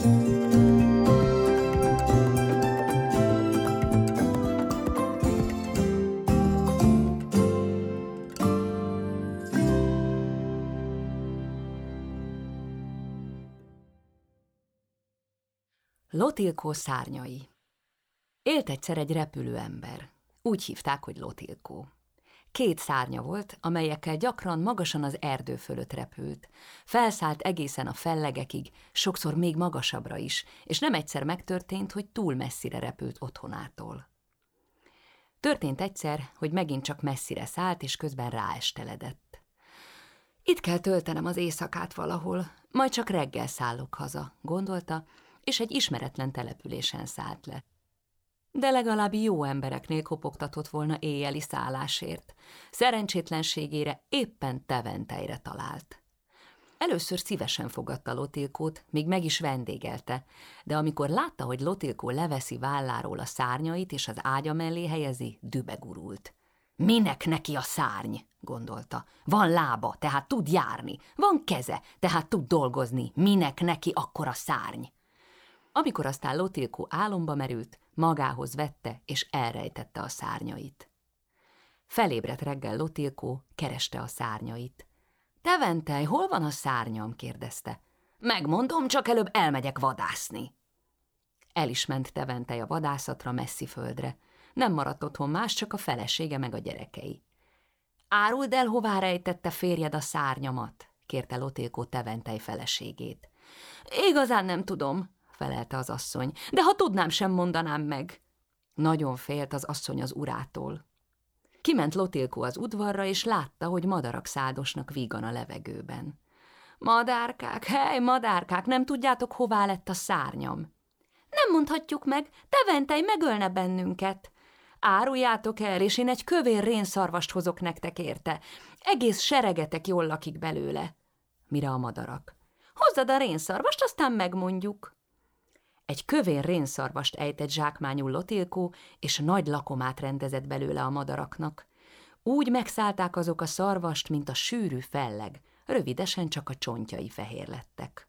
Lotilkó szárnyai. Élt egyszer egy repülő ember. Úgy hívták, hogy Lotilkó. 2 szárnya volt, amelyekkel gyakran magasan az erdő fölött repült. Felszállt egészen a fellegekig, sokszor még magasabbra is, és nem egyszer megtörtént, hogy túl messzire repült otthonától. Történt egyszer, hogy megint csak messzire szállt, és közben ráesteledett. Itt kell töltenem az éjszakát valahol, majd csak reggel szállok haza, gondolta, és egy ismeretlen településen szállt le. De legalább jó embereknél kopogtatott volna éjjeli szállásért. Szerencsétlenségére éppen Teventelyre talált. Először szívesen fogadta Lotilkót, még meg is vendégelte, de amikor látta, hogy Lotilkó leveszi válláról a szárnyait és az ágya mellé helyezi, dübegurult. Minek neki a szárny, gondolta. Van lába, tehát tud járni, van keze, tehát tud dolgozni, minek neki akkora szárny? Amikor aztán Lotilkó álomba merült, magához vette és elrejtette a szárnyait. Felébredt reggel Lotilkó, kereste a szárnyait. Teventely, hol van a szárnyam? kérdezte. Megmondom, csak előbb elmegyek vadászni. El is ment Teventely a vadászatra messzi földre. Nem maradt otthon más, csak a felesége meg a gyerekei. Áruld el, hová rejtette férjed a szárnyamat? kérte Lotilkó Teventely feleségét. Igazán nem tudom, felelte az asszony, de ha tudnám, sem mondanám meg. Nagyon félt az asszony az urától. Kiment Lotilkó az udvarra, és látta, hogy madarak száldosnak vígan a levegőben. Madárkák, hely, madárkák, nem tudjátok, hová lett a szárnyam? Nem mondhatjuk meg, Teventely megölne bennünket. Áruljátok el, és én egy kövér rénszarvast hozok nektek érte. Egész seregetek jól lakik belőle. Mire a madarak? Hozzad a rénszarvast, aztán megmondjuk. Egy kövér rénszarvast ejtett zsákmányul Lotilkó, és nagy lakomát rendezett belőle a madaraknak. Úgy megszállták azok a szarvast, mint a sűrű felleg, rövidesen csak a csontjai fehér lettek.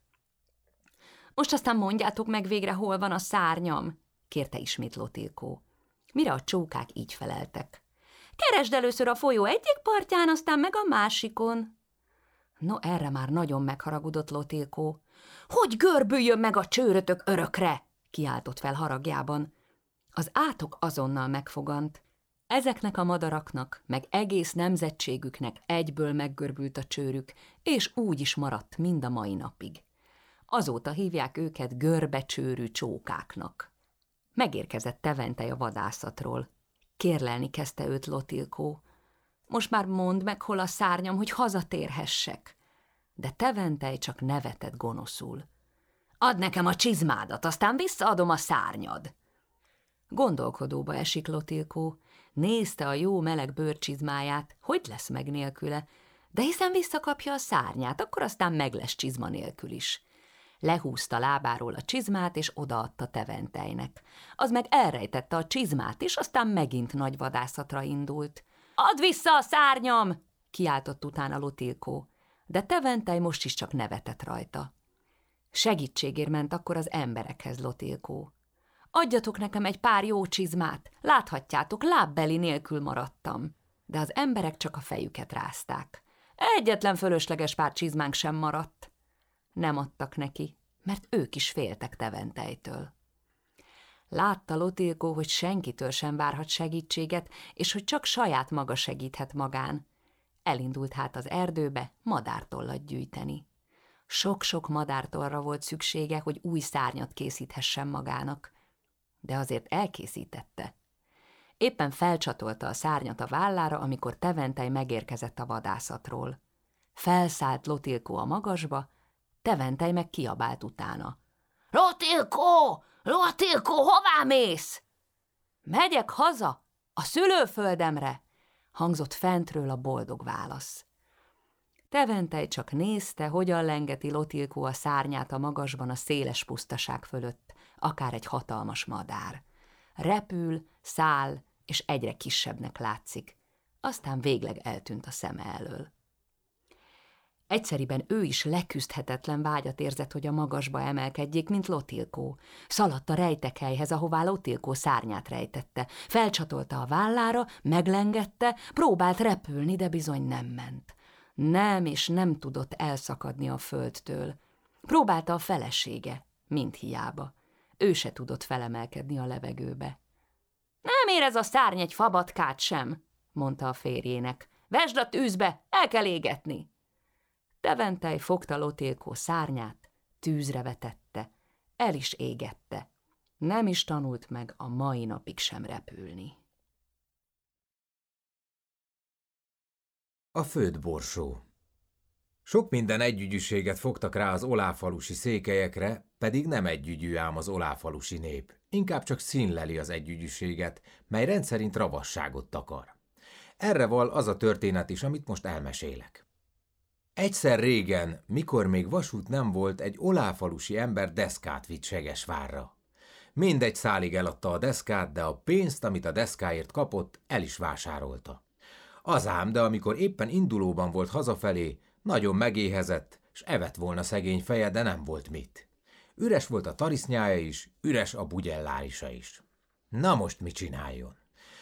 Most aztán mondjátok meg végre, hol van a szárnyam? kérte ismét Lotilkó. Mire a csókák így feleltek. Keresd először a folyó egyik partján, aztán meg a másikon. No, erre már nagyon megharagudott Lotilkó. Hogy görbüljön meg a csőrötök örökre? Kiáltott fel haragjában. Az átok azonnal megfogant. Ezeknek a madaraknak, meg egész nemzetségüknek egyből meggörbült a csőrük, és úgy is maradt mind a mai napig. Azóta hívják őket görbecsőrű csókáknak. Megérkezett Teventely a vadászatról. Kérlelni kezdte őt Lotilkó. Most már mondd meg, hol a szárnyam, hogy hazatérhessek. De Teventely csak nevetett gonoszul. Add nekem a csizmádat, aztán visszaadom a szárnyad. Gondolkodóba esik Lotilkó, nézte a jó meleg bőrcsizmáját, hogy lesz meg nélküle, de hiszen visszakapja a szárnyát, akkor aztán meg lesz csizma nélkül is. Lehúzta lábáról a csizmát, és odaadta Teventelynek. Az meg elrejtette a csizmát, és aztán megint nagy vadászatra indult. Add vissza a szárnyam! Kiáltott utána Lotilkó, de Teventely most is csak nevetett rajta. Segítségért ment akkor az emberekhez Lotilkó. Adjatok nekem egy pár jó csizmát, láthatjátok, lábbeli nélkül maradtam. De az emberek csak a fejüket rázták. Egyetlen fölösleges pár csizmánk sem maradt. Nem adtak neki, mert ők is féltek Teventelytől. Látta Lotilkó, hogy senkitől sem várhat segítséget, és hogy csak saját maga segíthet magán. Elindult hát az erdőbe madártollat gyűjteni. Sok-sok madártollra volt szüksége, hogy új szárnyat készíthessen magának. De azért elkészítette. Éppen felcsatolta a szárnyat a vállára, amikor Teventely megérkezett a vadászatról. Felszállt Lotilkó a magasba, Teventely meg kiabált utána. Lotilkó! Lotilkó, hová mész? Megyek haza, a szülőföldemre, hangzott fentről a boldog válasz. Teventely csak nézte, hogyan lengeti Lotilkó a szárnyát a magasban a széles pusztaság fölött, akár egy hatalmas madár. Repül, száll, és egyre kisebbnek látszik, aztán végleg eltűnt a szeme elől. Egyszeriben ő is leküzdhetetlen vágyat érzett, hogy a magasba emelkedjék, mint Lotilkó. Szaladt a rejtekhelyhez, ahová Lotilkó szárnyát rejtette. Felcsatolta a vállára, meglengette, próbált repülni, de bizony nem ment. Nem és nem tudott elszakadni a földtől. Próbálta a felesége, mind hiába. Ő se tudott felemelkedni a levegőbe. Nem ér ez a szárny egy fabatkát sem, mondta a férjének. Vesd a tűzbe, el kell égetni. Deventej fogta Lotilkó szárnyát, tűzre vetette, el is égette. Nem is tanult meg a mai napig sem repülni. A főddborsó. Sok minden együgyűséget fogtak rá az oláfalusi székelyekre, pedig nem együgyű ám az oláfalusi nép. Inkább csak színleli az együgyűséget, mely rendszerint ravasságot takar. Erre val az a történet is, amit most elmesélek. Egyszer régen, mikor még vasút nem volt, egy oláfalusi ember deszkát vitt Segesvárra. Mindegy szálig eladta a deszkát, de a pénzt, amit a deszkáért kapott, el is vásárolta. Az ám, de amikor éppen indulóban volt hazafelé, nagyon megéhezett, s evett volna szegény feje, de nem volt mit. Üres volt a tarisznyája is, üres a bugyellárisa is. Na most mit csináljon?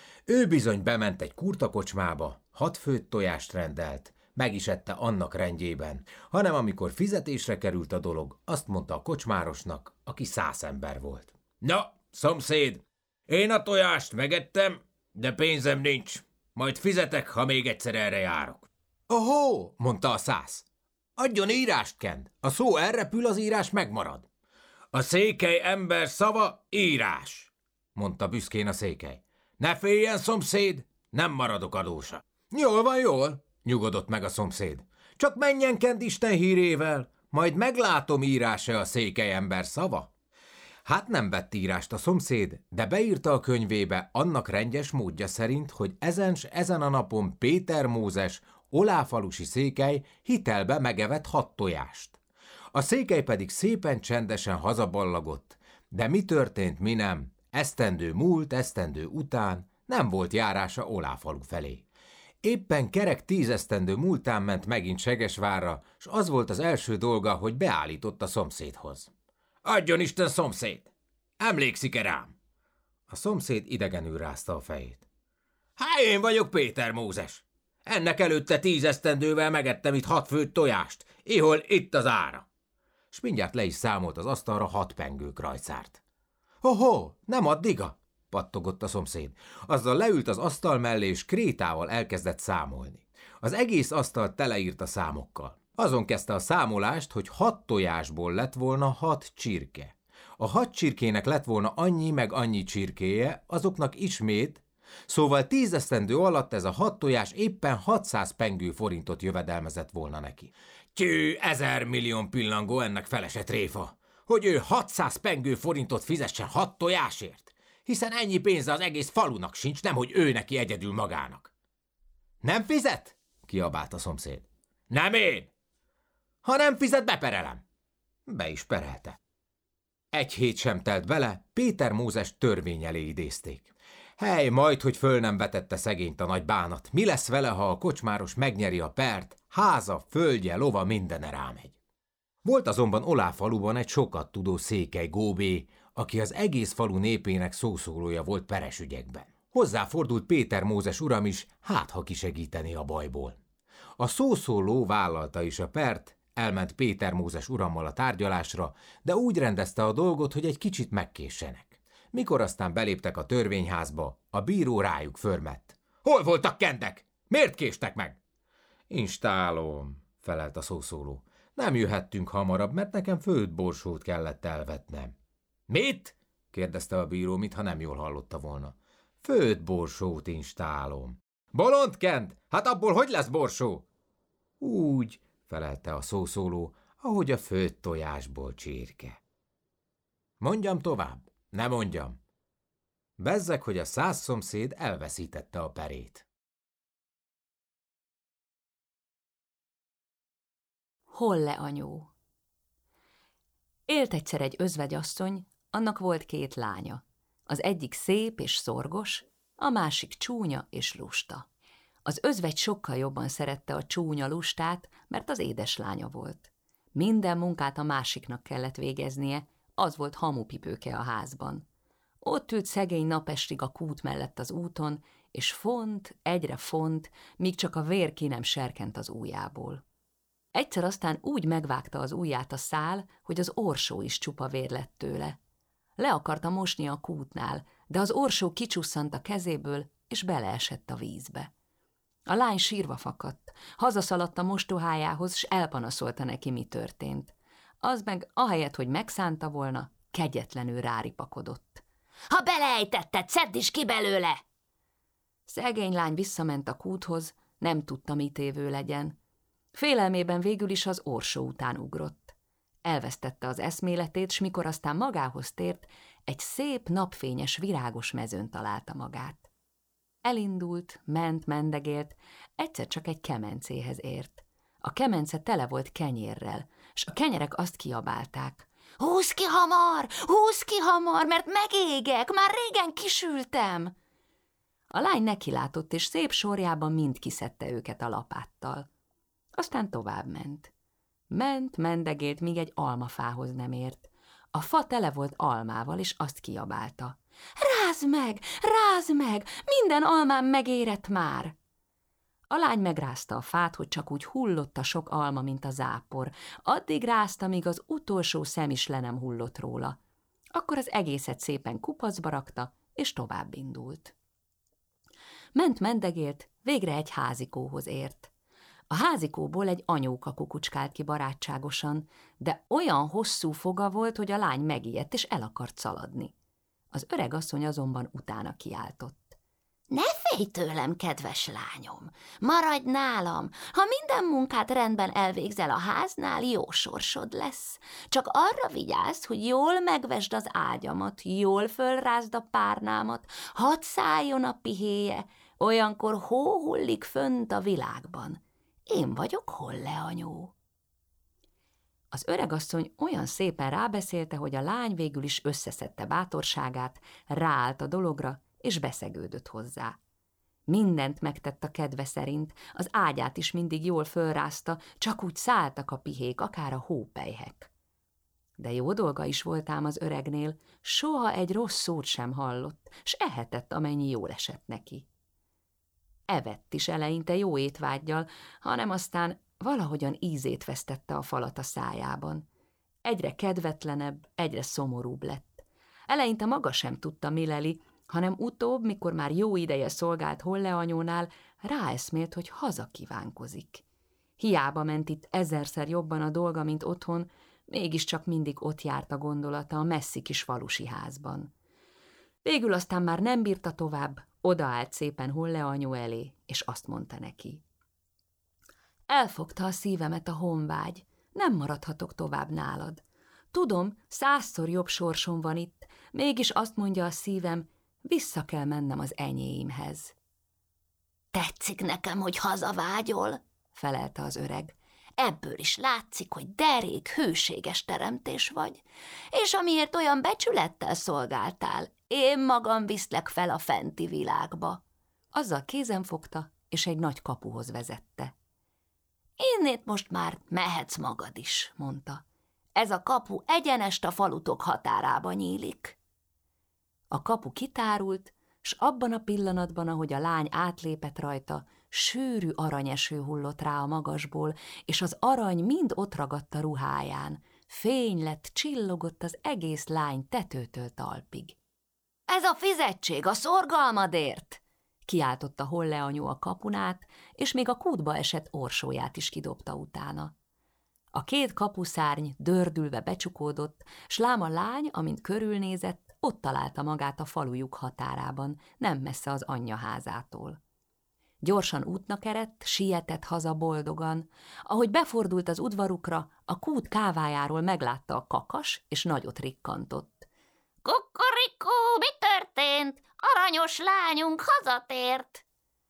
Ő bizony bement egy kurtakocsmába, 6 főtt tojást rendelt, meg is ette annak rendjében, hanem amikor fizetésre került a dolog, azt mondta a kocsmárosnak, aki 100 ember volt. Na, szomszéd, én a tojást megettem, de pénzem nincs. Majd fizetek, ha még egyszer erre járok. Ohó, mondta a 100. Adjon írást, Kend. A szó elrepül, az írás megmarad. A székely ember szava írás, mondta büszkén a székely. Ne féljen, szomszéd, nem maradok adósa. Jól van, jól, nyugodott meg a szomszéd. Csak menjen Kend Isten hírével, majd meglátom, írás-e a székely ember szava. Hát nem vett írást a szomszéd, de beírta a könyvébe annak rendes módja szerint, hogy ezen a napon Péter Mózes, oláfalusi székely hitelbe megevett 6 tojást. A székely pedig szépen csendesen hazaballagott, de mi történt, mi nem, esztendő múlt, esztendő után nem volt járása Oláfalu felé. Éppen kerek 10 esztendő múltán ment megint Segesvárra, s az volt az első dolga, hogy beállított a szomszédhoz. Adjon Isten, szomszéd! Emlékszik-e rám? A szomszéd idegenül rázta a fejét. Hát én vagyok Péter Mózes. Ennek előtte 10 esztendővel megettem itt 6 főtt tojást. Ihol itt az ára. S mindjárt le is számolt az asztalra 6 pengő krajcárt. Ho-ho, nem addiga? Pattogott a szomszéd. Azzal leült az asztal mellé, és krétával elkezdett számolni. Az egész asztalt teleírt a számokkal. Azon kezdte a számolást, hogy 6 tojásból lett volna 6 csirke. A 6 csirkének lett volna annyi meg annyi csirkéje, azoknak ismét, szóval 10 esztendő alatt ez a 6 tojás éppen 600 pengő forintot jövedelmezett volna neki. Tyű, 1000 millió pillangó ennek felesett tréfa, hogy ő 600 pengő forintot fizessen 6 tojásért, hiszen ennyi pénze az egész falunak sincs, nemhogy ő neki egyedül magának. Nem fizet? Kiabált a szomszéd. Nem én! Ha nem fizet, beperelem. Be is perelte. 1 hét sem telt bele, Péter Mózes törvény elé idézték. Hely, majd, hogy föl nem vetette szegényt a nagy bánat. Mi lesz vele, ha a kocsmáros megnyeri a pert, háza, földje, lova mindene rámegy. Volt azonban Oláfaluban egy sokat tudó székely Góbé, aki az egész falu népének szószólója volt peres ügyekben. Hozzáfordult Péter Mózes uram is, hát ha kisegíteni a bajból. A szószóló vállalta is a pert, elment Péter Mózes urammal a tárgyalásra, de úgy rendezte a dolgot, hogy egy kicsit megkéssenek. Mikor aztán beléptek a törvényházba, a bíró rájuk förmett. Hol voltak kendek? Miért késtek meg? Instálom, felelt a szószóló. Nem jöhettünk hamarabb, mert nekem főddborsót kellett elvetnem. Mit? kérdezte a bíró, mintha nem jól hallotta volna. Főddborsót instálom. Bolond, Kend? Hát abból hogy lesz borsó? Úgy, felelte a szószóló, ahogy a főtt tojásból csirke. Mondjam tovább? Ne mondjam. Bezzeg, hogy a 100 szomszéd elveszítette a perét. Holle anyó. Élt egyszer egy özvegyasszony, annak volt 2 lánya. Az egyik szép és szorgos, a másik csúnya és lusta. Az özvegy sokkal jobban szerette a csúnya lustát, mert az édeslánya volt. Minden munkát a másiknak kellett végeznie, az volt hamupipőke a házban. Ott ült szegény napestig a kút mellett az úton, és font, egyre font, míg csak a vér ki nem serkent az ujjából. Egyszer aztán úgy megvágta az ujját a szál, hogy az orsó is csupa vér lett tőle. Le akarta mosni a kútnál, de az orsó kicsusszant a kezéből, és beleesett a vízbe. A lány sírva fakadt, hazaszaladt a mostohájához, s elpanaszolta neki, mi történt. Az meg, ahelyett, hogy megszánta volna, kegyetlenül ráripakodott. Ha beleejtetted, szedd is ki belőle! Szegény lány visszament a kúthoz, nem tudta, mit évő legyen. Félelmében végül is az orsó után ugrott. Elvesztette az eszméletét, s mikor aztán magához tért, egy szép, napfényes, virágos mezőn találta magát. Elindult, mendegélt, egyszer csak egy kemencéhez ért. A kemence tele volt kenyérrel, s a kenyerek azt kiabálták. Húzz ki hamar, mert megégek, már régen kisültem! A lány nekilátott, és szép sorjában mind kiszedte őket a lapáttal. Aztán tovább ment, mendegélt, míg egy almafához nem ért. A fa tele volt almával, és azt kiabálta. Rázd meg, minden almám megérett már! A lány megrázta a fát, hogy csak úgy hullott a sok alma, mint a zápor. Addig rázta, míg az utolsó szem is le nem hullott róla. Akkor az egészet szépen kupacba rakta, és tovább indult. Mendegélt, végre egy házikóhoz ért. A házikóból egy anyóka kukucskált ki barátságosan, de olyan hosszú foga volt, hogy a lány megijedt, és el akart szaladni. Az öreg asszony azonban utána kiáltott. Ne félj tőlem, kedves lányom, maradj nálam, ha minden munkát rendben elvégzel a háznál, jó sorsod lesz. Csak arra vigyázz, hogy jól megvesd az ágyamat, jól fölrázd a párnámat, hadd szálljon a pihéje, olyankor hó hullik fönt a világban. Én vagyok Holle anyó. Az öregasszony olyan szépen rábeszélte, hogy a lány végül is összeszedte bátorságát, ráállt a dologra, és beszegődött hozzá. Mindent megtett a kedve szerint, az ágyát is mindig jól fölrázta, csak úgy szálltak a pihék, akár a hópelyhek. De jó dolga is volt ám az öregnél, soha egy rossz szót sem hallott, s ehetett, amennyi jól esett neki. Evett is eleinte jó étvággyal, hanem aztán valahogyan ízét vesztette a falat a szájában. Egyre kedvetlenebb, egyre szomorúbb lett. Eleinte maga sem tudta, mi leli, hanem utóbb, mikor már jó ideje szolgált Holle anyónál, ráeszmélt, hogy haza kívánkozik. Hiába ment itt ezerszer jobban a dolga, mint otthon, mégiscsak mindig ott járt a gondolata a messzi kis falusi házban. Végül aztán már nem bírta tovább, odaállt szépen Holle anyó elé, és azt mondta neki. Elfogta a szívemet a honvágy, nem maradhatok tovább nálad. Tudom, 100-szor jobb sorsom van itt, mégis azt mondja a szívem, vissza kell mennem az enyéimhez. Tetszik nekem, hogy hazavágyol, felelte az öreg. Ebből is látszik, hogy derék, hőséges teremtés vagy, és amiért olyan becsülettel szolgáltál, én magam viszlek fel a fenti világba. Azzal kézen fogta, és egy nagy kapuhoz vezette. Innét most már mehetsz magad is, mondta. Ez a kapu egyenest a falutok határába nyílik. A kapu kitárult, s abban a pillanatban, ahogy a lány átlépett rajta, sűrű aranyeső hullott rá a magasból, és az arany mind ott ragadt a ruháján. Fény lett, csillogott az egész lány tetőtől talpig. Ez a fizetség a szorgalmadért! Kiáltotta Holle anyu a kapunát, és még a kútba esett orsóját is kidobta utána. A két kapuszárny dördülve becsukódott, s lám a lány, amint körülnézett, ott találta magát a falujuk határában, nem messze az anyja házától. Gyorsan útnak eredt, sietett haza boldogan. Ahogy befordult az udvarukra, a kút kávájáról meglátta a kakas, és nagyot rikkantott. Kukorikó, mi történt? Aranyos lányunk hazatért!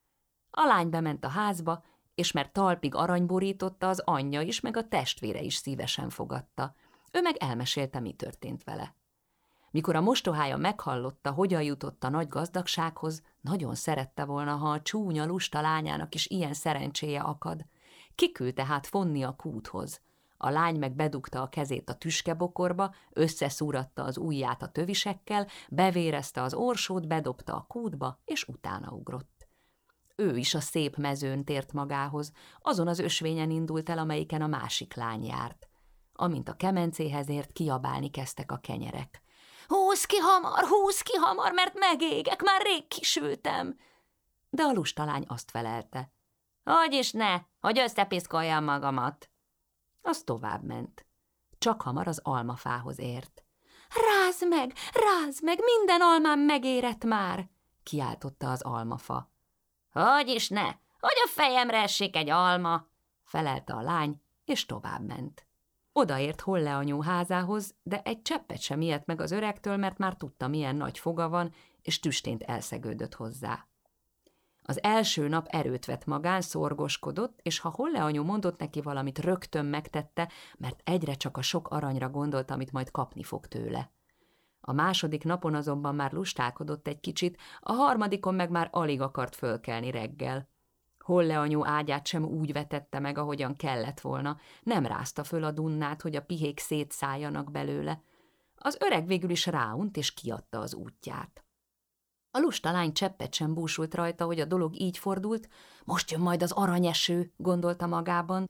A lány bement a házba, és mert talpig arany borította, az anyja is, meg a testvére is szívesen fogadta. Ő meg elmesélte, mi történt vele. Mikor a mostohája meghallotta, hogyan jutott a nagy gazdagsághoz, nagyon szerette volna, ha a csúnya, lusta lányának is ilyen szerencséje akad. Kiküldte hát fonni a kúthoz. A lány meg bedugta a kezét a tüskebokorba, összeszúratta az ujját a tövisekkel, bevérezte az orsót, bedobta a kútba, és utána ugrott. Ő is a szép mezőn tért magához, azon az ösvényen indult el, amelyiken a másik lány járt. Amint a kemencéhez ért, kiabálni kezdtek a kenyerek. Húzz ki hamar, mert megégek, már rég kisültem! De a lusta lány azt felelte. Hogyis ne, hogy összepiszkoljam magamat! Az tovább ment. Csak hamar az almafához ért. Rázd meg, minden almám megérett már! Kiáltotta az almafa. Hogyis ne, hogy a fejemre essék egy alma! Felelte a lány, és tovább ment. Odaért Holle anyó házához, de egy cseppet sem ijedt meg az öregtől, mert már tudta, milyen nagy foga van, és tüstént elszegődött hozzá. Az első nap erőt vett magán, szorgoskodott, és ha Holle anyu mondott neki valamit, rögtön megtette, mert egyre csak a sok aranyra gondolt, amit majd kapni fog tőle. A második napon azonban már lustálkodott egy kicsit, a harmadikon meg már alig akart fölkelni reggel. Holle anyu ágyát sem úgy vetette meg, ahogyan kellett volna, nem rázta föl a dunnát, hogy a pihék szétszálljanak belőle. Az öreg végül is ráunt, és kiadta az útját. A lusta lány cseppet sem búsult rajta, hogy a dolog így fordult, most jön majd az aranyeső, gondolta magában.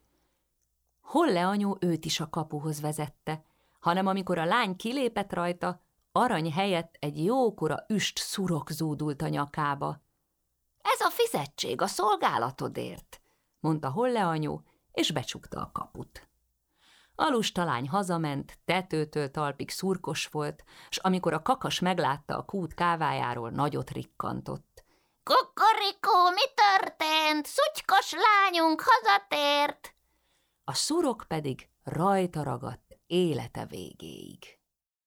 Holle anyu őt is a kapuhoz vezette, hanem amikor a lány kilépett rajta, arany helyett egy jókora üst szurok zúdult a nyakába. Ez a fizetség a szolgálatodért, mondta Holle anyu, és becsukta a kaput. A lusta lány hazament, tetőtől talpig szurkos volt, s amikor a kakas meglátta a kút kávájáról, nagyot rikkantott. Kukorikó, mi történt? Szutykos lányunk hazatért! A szurok pedig rajta ragadt élete végéig.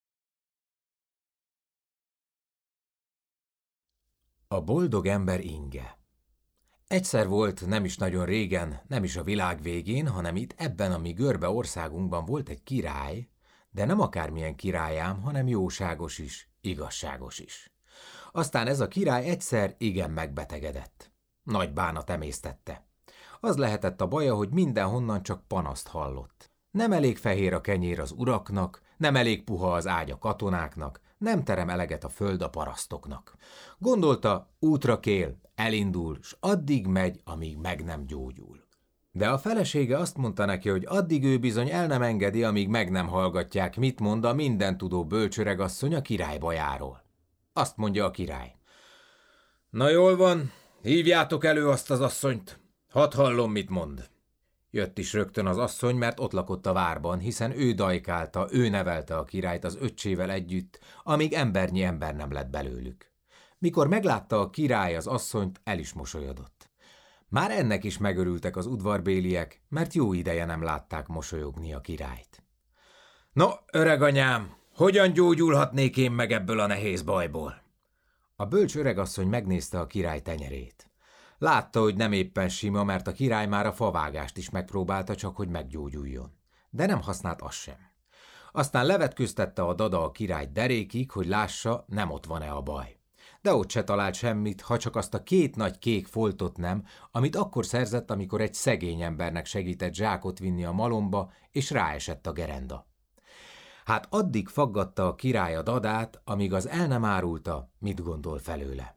A boldog ember Inge. Egyszer volt, nem is nagyon régen, nem is a világ végén, hanem itt ebben a mi görbe országunkban volt egy király, de nem akármilyen királyám, hanem jóságos is, igazságos is. Aztán ez a király egyszer igen megbetegedett. Nagy bánat emésztette. Az lehetett a baja, hogy mindenhonnan csak panaszt hallott. Nem elég fehér a kenyér az uraknak, nem elég puha az ágy a katonáknak, nem terem eleget a föld a parasztoknak. Gondolta, útra kél, elindul, s addig megy, amíg meg nem gyógyul. De a felesége azt mondta neki, hogy addig ő bizony el nem engedi, amíg meg nem hallgatják, mit mond a mindentudó bölcsöregasszony a király bajáról. Azt mondja a király. Na jól van, hívjátok elő azt az asszonyt, hadd hallom, mit mond. Jött is rögtön az asszony, mert ott lakott a várban, hiszen ő dajkálta, ő nevelte a királyt az öccsével együtt, amíg embernyi ember nem lett belőlük. Mikor meglátta a király az asszonyt, el is mosolyodott. Már ennek is megörültek az udvarbéliek, mert jó ideje nem látták mosolyogni a királyt. No, öreganyám, hogyan gyógyulhatnék én meg ebből a nehéz bajból? A bölcs öregasszony megnézte a király tenyerét. Látta, hogy nem éppen sima, mert a király már a favágást is megpróbálta, csak hogy meggyógyuljon. De nem használt az sem. Aztán levetköztette a dada a király derékig, hogy lássa, nem ott van-e a baj. De ott se talált semmit, ha csak azt a két nagy kék foltot nem, amit akkor szerzett, amikor egy szegény embernek segített zsákot vinni a malomba, és ráesett a gerenda. Hát addig faggatta a király a dadát, amíg az el nem árulta, mit gondol felőle.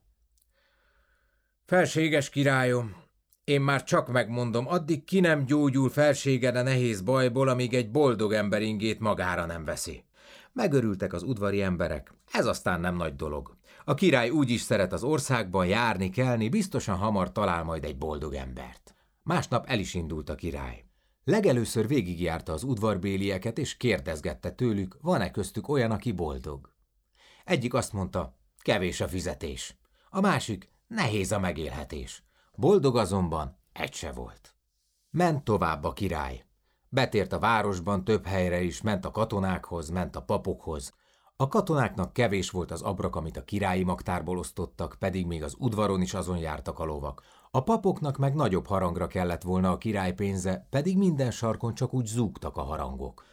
Felséges királyom, én már csak megmondom, addig ki nem gyógyul felséged a nehéz bajból, amíg egy boldog ember ingét magára nem veszi. Megörültek az udvari emberek, ez aztán nem nagy dolog. A király úgy is szeret az országban járni, kelni, biztosan hamar talál majd egy boldog embert. Másnap el is indult a király. Legelőször végigjárta az udvarbélieket, és kérdezgette tőlük, van-e köztük olyan, aki boldog. Egyik azt mondta, kevés a fizetés. A másik, nehéz a megélhetés. Boldog azonban egy se volt. Ment tovább a király. Betért a városban több helyre is, ment a katonákhoz, ment a papokhoz. A katonáknak kevés volt az abrak, amit a királyi magtárból osztottak, pedig még az udvaron is azon jártak a lovak. A papoknak meg nagyobb harangra kellett volna a király pénze, pedig minden sarkon csak úgy zúgtak a harangok.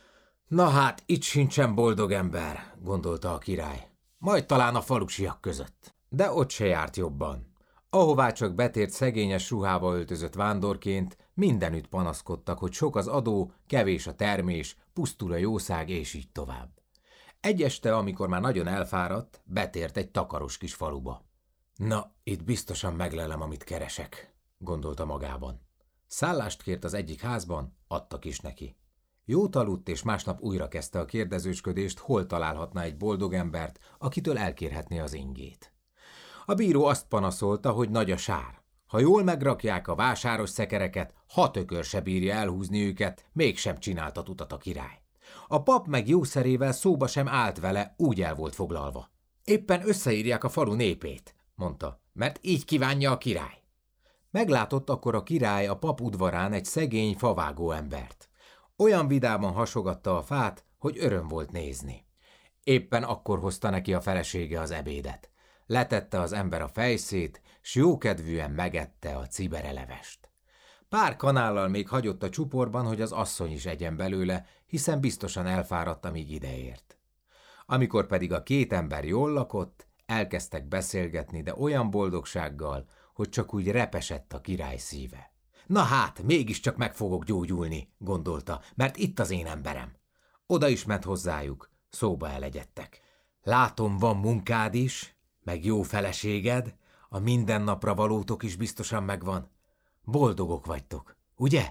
Na hát, itt sincsen boldog ember, gondolta a király. Majd talán a falusiak között. De ott se járt jobban. Ahová csak betért szegényes ruhába öltözött vándorként, mindenütt panaszkodtak, hogy sok az adó, kevés a termés, pusztul a jószág, és így tovább. Egy este, amikor már nagyon elfáradt, betért egy takaros kis faluba. Na, itt biztosan meglelem, amit keresek, gondolta magában. Szállást kért az egyik házban, adtak is neki. Jót aludt, és másnap újra kezdte a kérdezősködést, hol találhatna egy boldog embert, akitől elkérhetné az ingét. A bíró azt panaszolta, hogy nagy a sár. Ha jól megrakják a vásáros szekereket, 6 ökör se bírja elhúzni őket, mégsem csináltat utat a király. A pap meg jószerével szóba sem állt vele, úgy el volt foglalva. Éppen összeírják a falu népét, mondta, mert így kívánja a király. Meglátott akkor a király a pap udvarán egy szegény favágó embert. Olyan vidáman hasogatta a fát, hogy öröm volt nézni. Éppen akkor hozta neki a felesége az ebédet. Letette az ember a fejszét, s jókedvűen megette a ciberelevest. Pár kanállal még hagyott a csuporban, hogy az asszony is egyen belőle, hiszen biztosan elfáradt, amíg ideért. Amikor pedig a 2 ember jól lakott, elkezdtek beszélgetni, de olyan boldogsággal, hogy csak úgy repesett a király szíve. Na hát, mégiscsak meg fogok gyógyulni, gondolta, mert itt az én emberem. Oda is ment hozzájuk, szóba elegyedtek. Látom, van munkád is, meg jó feleséged, a mindennapra valótok is biztosan megvan. Boldogok vagytok, ugye?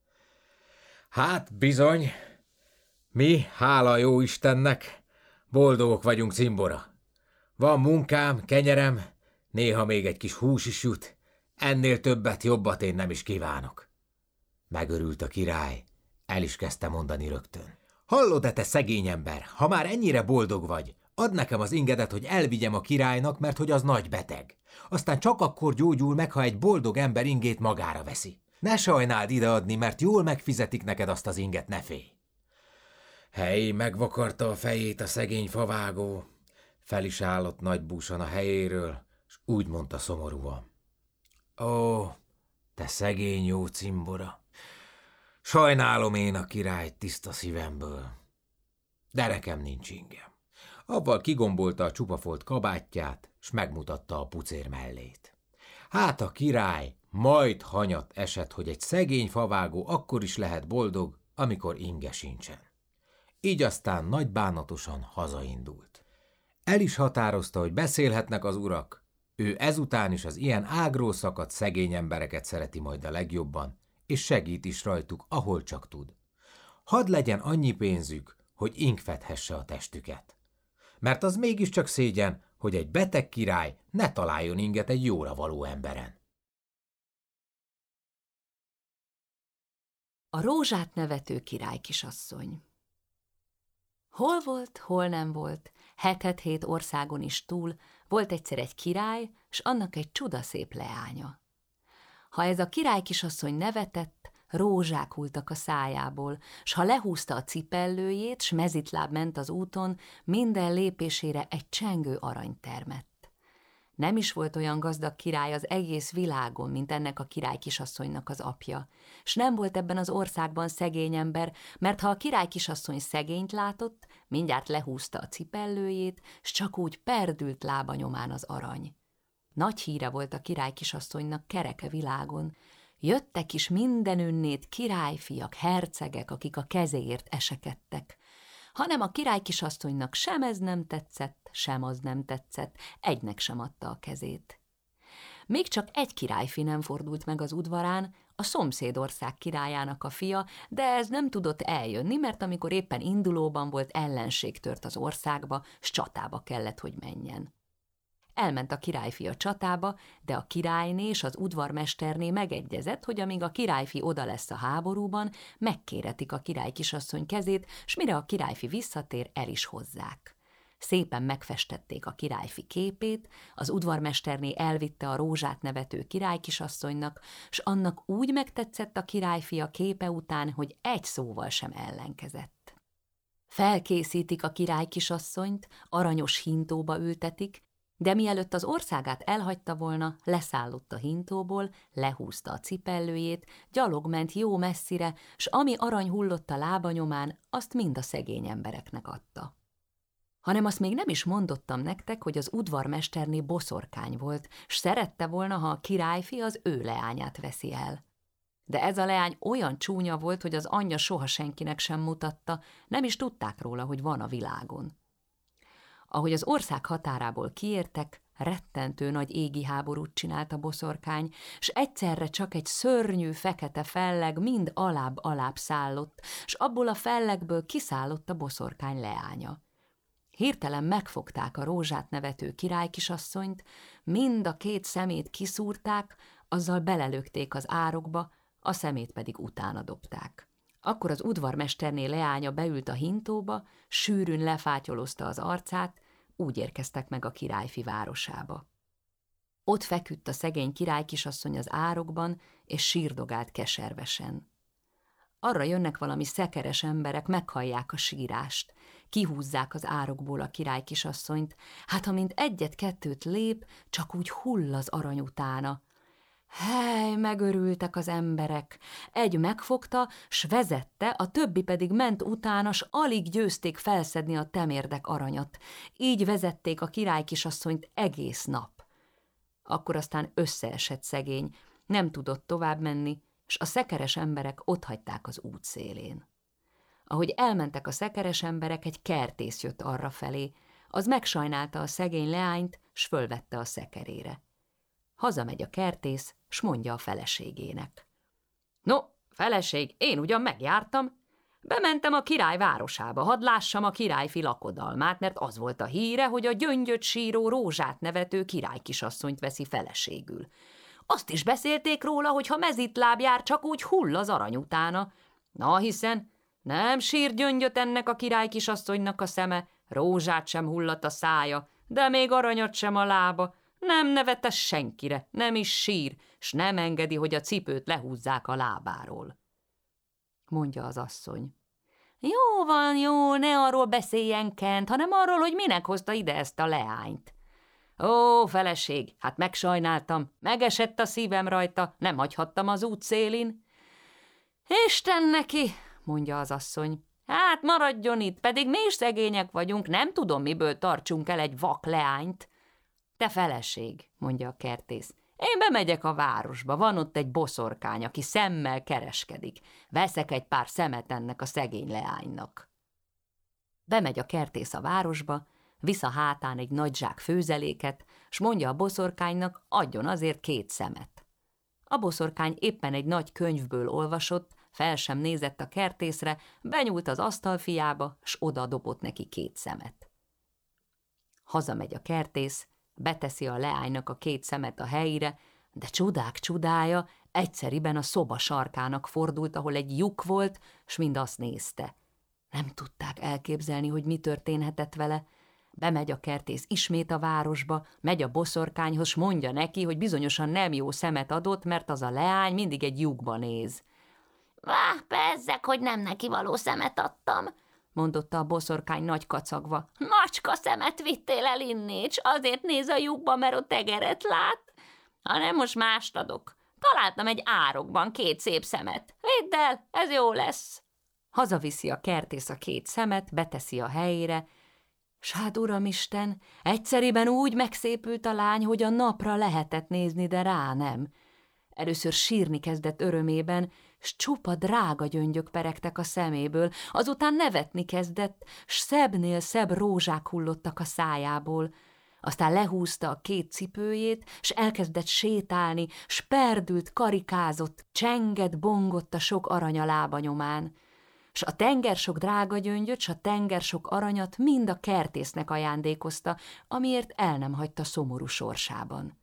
Hát bizony, mi, hála jó Istennek, boldogok vagyunk, cimbora. Van munkám, kenyerem, néha még egy kis hús is jut, ennél többet, jobbat én nem is kívánok. Megörült a király, el is kezdte mondani rögtön. Hallod-e, te szegény ember, ha már ennyire boldog vagy, add nekem az ingedet, hogy elvigyem a királynak, mert hogy az nagy beteg. Aztán csak akkor gyógyul meg, ha egy boldog ember ingét magára veszi. Ne sajnáld ideadni, mert jól megfizetik neked azt az inget, ne félj. Hely, megvakarta a fejét a szegény favágó. Fel is állott nagy búsan a helyéről, s úgy mondta szomorúan. Ó, te szegény jó cimbora! Sajnálom én a királyt tiszta szívemből, de nekem nincs ingem. Avval kigombolta a csupafolt kabátját, s megmutatta a pucér mellét. Hát a király majd hanyat esett, hogy egy szegény favágó akkor is lehet boldog, amikor inge sincsen. Így aztán nagy bánatosan hazaindult. El is határozta, hogy beszélhetnek az urak. Ő ezután is az ilyen ágról szakadt szegény embereket szereti majd a legjobban, és segít is rajtuk, ahol csak tud. Hadd legyen annyi pénzük, hogy ing fedhesse a testüket. Mert az mégiscsak szégyen, hogy egy beteg király ne találjon inget egy jóra való emberen. A rózsát nevető királykisasszony. Hol volt, hol nem volt, 7 országon is túl, volt egyszer egy király, s annak egy csudaszép leánya. Ha ez a királykisasszony nevetett, rózsák hultak a szájából, s ha lehúzta a cipellőjét, s mezitláb ment az úton, minden lépésére egy csengő arany termett. Nem is volt olyan gazdag király az egész világon, mint ennek a királykisasszonynak az apja, s nem volt ebben az országban szegény ember, mert ha a királykisasszony szegényt látott, mindjárt lehúzta a cipellőjét, s csak úgy perdült lába nyomán az arany. Nagy híre volt a királykisasszonynak kereke világon. Jöttek is mindenünnét királyfiak, hercegek, akik a kezéért esekedtek. Hanem a királykisasszonynak sem ez nem tetszett, sem az nem tetszett, egynek sem adta a kezét. Még csak egy királyfi nem fordult meg az udvarán, a szomszédország királyának a fia, de ez nem tudott eljönni, mert amikor éppen indulóban volt, ellenség tört az országba, s csatába kellett, hogy menjen. Elment a királyfi a csatába, de a királyné és az udvarmesterné megegyezett, hogy amíg a királyfi oda lesz a háborúban, megkéretik a királykisasszony kezét, s mire a királyfi visszatér, el is hozzák. Szépen megfestették a királyfi képét, az udvarmesterné elvitte a rózsát nevető királykisasszonynak, s annak úgy megtetszett a királyfi a képe után, hogy egy szóval sem ellenkezett. Felkészítik a királykisasszonyt, aranyos hintóba ültetik, De mielőtt az országát elhagyta volna, leszállott a hintóból, lehúzta a cipellőjét, gyalog ment jó messzire, s ami arany hullott a lábanyomán, azt mind a szegény embereknek adta. Hanem azt még nem is mondottam nektek, hogy az udvarmesterné boszorkány volt, s szerette volna, ha a királyfi az ő leányát veszi el. De ez a leány olyan csúnya volt, hogy az anyja soha senkinek sem mutatta, nem is tudták róla, hogy van a világon. Ahogy az ország határából kiértek, rettentő nagy égi háborút csinált a boszorkány, s egyszerre csak egy szörnyű fekete felleg mind alább szállott, s abból a fellegből kiszállott a boszorkány leánya. Hirtelen megfogták a Rózsát nevető királykisasszonyt, mind a 2 szemét kiszúrták, azzal belelökték az árokba, a szemét pedig utána dobták. Akkor az udvarmesterné leánya beült a hintóba, sűrűn lefátyolozta az arcát, úgy érkeztek meg a királyfi városába. Ott feküdt a szegény királykisasszony az árokban, és sírdogált keservesen. Arra jönnek valami szekeres emberek, meghallják a sírást, kihúzzák az árokból a királykisasszonyt, hát amint 1-2 lép, csak úgy hull az arany utána. Hely, megörültek az emberek, egy megfogta, s vezette, a többi pedig ment utána, s alig győzték felszedni a temérdek aranyat. Így vezették a királykisasszonyt egész nap. Akkor aztán összeesett szegény, nem tudott tovább menni, s a szekeres emberek otthagyták az út szélén. Ahogy elmentek a szekeres emberek, egy kertész jött arrafelé, az megsajnálta a szegény leányt, s fölvette a szekerére. Hazamegy a kertész, s mondja a feleségének. No, feleség, én ugyan megjártam. Bementem a király városába, hadd lássam a királyfi lakodalmát, mert az volt a híre, hogy a gyöngyöt síró Rózsát nevető királykisasszonyt veszi feleségül. Azt is beszélték róla, hogy ha mezitláb jár, csak úgy hull az arany utána. Na, hiszen nem sír gyöngyöt ennek a királykisasszonynak a szeme, rózsát sem hulladt a szája, de még aranyat sem a lába. Nem nevetes senkire, nem is sír, s nem engedi, hogy a cipőt lehúzzák a lábáról. Mondja az asszony. Jó van, jó, ne arról beszéljen Kent, hanem arról, hogy minek hozta ide ezt a leányt. Ó, feleség, hát megsajnáltam, megesett a szívem rajta, nem hagyhattam az út szélin. Isten neki, mondja az asszony. Hát maradjon itt, pedig mi is szegények vagyunk, nem tudom, miből tartsunk el egy vak leányt. Te feleség, mondja a kertész. Én bemegyek a városba, van ott egy boszorkány, aki szemmel kereskedik. Veszek egy pár szemet ennek a szegény leánynak. Bemegy a kertész a városba, visz a hátán egy nagy zsák főzeléket, s mondja a boszorkánynak, adjon azért 2 szemet. A boszorkány éppen egy nagy könyvből olvasott, fel sem nézett a kertészre, benyúlt az asztalfiába, s oda dobott neki 2 szemet. Hazamegy a kertész, beteszi a leánynak a 2 szemet a helyére, de csodák csodája, egyszeriben a szoba sarkának fordult, ahol egy lyuk volt, s mind azt nézte. Nem tudták elképzelni, hogy mi történhetett vele. Bemegy a kertész ismét a városba, megy a boszorkányhoz, s mondja neki, hogy bizonyosan nem jó szemet adott, mert az a leány mindig egy lyukba néz. Bezzeg, hogy nem neki való szemet adtam, mondotta a boszorkány nagy kacagva. Macska szemet vittél el innét, s azért néz a lyukba, mert ott egeret lát. Hanem most mást adok. Találtam egy árokban 2 szép szemet. Vidd el, ez jó lesz. Hazaviszi a kertész a 2 szemet, beteszi a helyére, s hát uramisten, egyszeriben úgy megszépült a lány, hogy a napra lehetett nézni, de rá nem. Először sírni kezdett örömében, s csupa drága gyöngyök peregtek a szeméből, azután nevetni kezdett, s szebbnél szebb rózsák hullottak a szájából. Aztán lehúzta a 2 cipőjét, s elkezdett sétálni, s perdült, karikázott, csengett, bongott a sok arany a lábanyomán. S a tenger sok drága gyöngyöt, s a tenger sok aranyat mind a kertésznek ajándékozta, amiért el nem hagyta szomorú sorsában.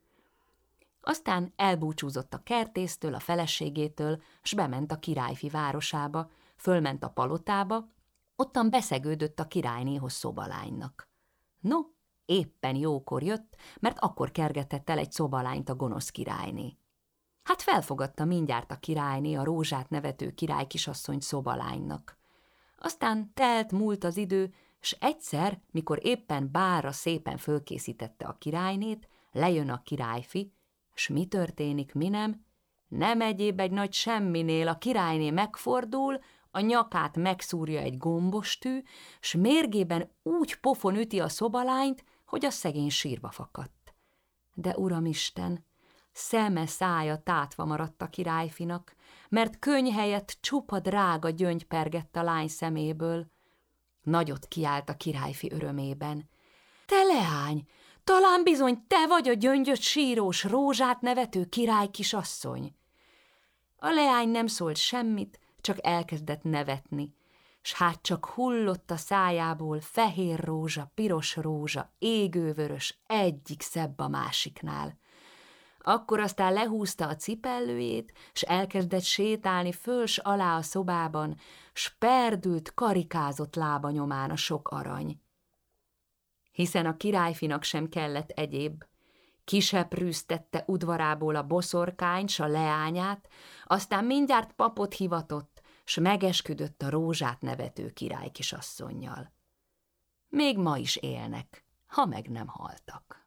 Aztán elbúcsúzott a kertésztől, a feleségétől, s bement a királyfi városába, fölment a palotába, ottan beszegődött a királynéhoz szobalánynak. No, éppen jókor jött, mert akkor kergetett el egy szobalányt a gonosz királyné. Hát felfogadta mindjárt a királyné a Rózsát nevető királykisasszony szobalánynak. Aztán múlt az idő, s egyszer, mikor éppen bálra szépen fölkészítette a királynét, lejön a királyfi, s mi történik, mi nem? Nem egyéb egy nagy semminél a királyné megfordul, a nyakát megszúrja egy gombostű, s mérgében úgy pofon üti a szobalányt, hogy a szegény sírba fakadt. De uramisten, szeme szája tátva maradt a királyfinak, mert könny helyett csupa drága gyöngy pergett a lány szeméből. Nagyot kiált a királyfi örömében. Te leány, talán bizony te vagy a gyöngyös sírós rózsát nevető király kisasszony. A leány nem szólt semmit, csak elkezdett nevetni, s hát csak hullott a szájából fehér rózsa, piros rózsa, égővörös, egyik szebb a másiknál. Akkor aztán lehúzta a cipellőjét, s elkezdett sétálni föl s alá a szobában, s perdült, karikázott lába nyomán a sok arany. Hiszen a királyfinak sem kellett egyéb. Kiseprűztette udvarából a boszorkányt s a leányát, aztán mindjárt papot hivatott, s megesküdött a rózsát nevető király kisasszonnyal. Még ma is élnek, ha meg nem haltak.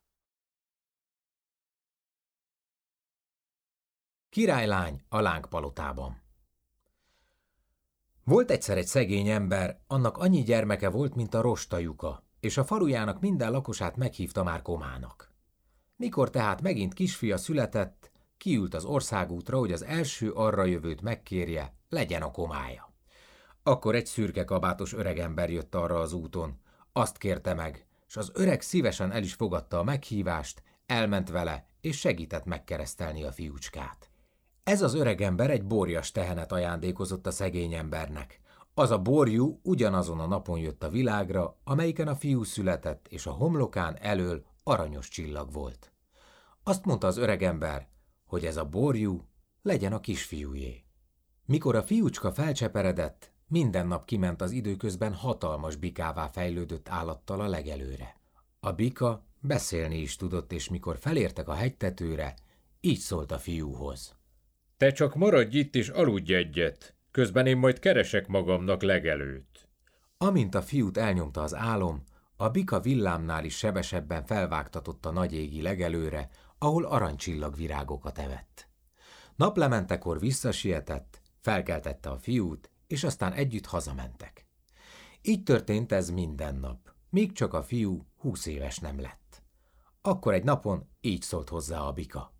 Királylány a lángpalotában. Volt egyszer egy szegény ember, annak annyi gyermeke volt, mint a rostajuka, és a falujának minden lakosát meghívta már komának. Mikor tehát megint kisfia született, kiült az országútra, hogy az első arra jövőt megkérje, legyen a komája. Akkor egy szürke kabátos öregember jött arra az úton, azt kérte meg, s az öreg szívesen el is fogadta a meghívást, elment vele, és segített megkeresztelni a fiúcskát. Ez az öregember egy borjas tehenet ajándékozott a szegény embernek. Az a borjú ugyanazon a napon jött a világra, amelyiken a fiú született, és a homlokán elől aranyos csillag volt. Azt mondta az öregember, hogy ez a borjú legyen a kisfiújé. Mikor a fiúcska felcseperedett, minden nap kiment az időközben hatalmas bikává fejlődött állattal a legelőre. A bika beszélni is tudott, és mikor felértek a hegytetőre, így szólt a fiúhoz. Te csak maradj itt és aludj egyet, közben én majd keresek magamnak legelőt. Amint a fiút elnyomta az álom, a bika villámnál is sebesebben felvágtatott a nagyégi legelőre, ahol aranycsillagvirágokat evett. Naplementekor visszasietett, felkeltette a fiút, és aztán együtt hazamentek. Így történt ez minden nap, míg csak a fiú 20 éves nem lett. Akkor egy napon így szólt hozzá a bika.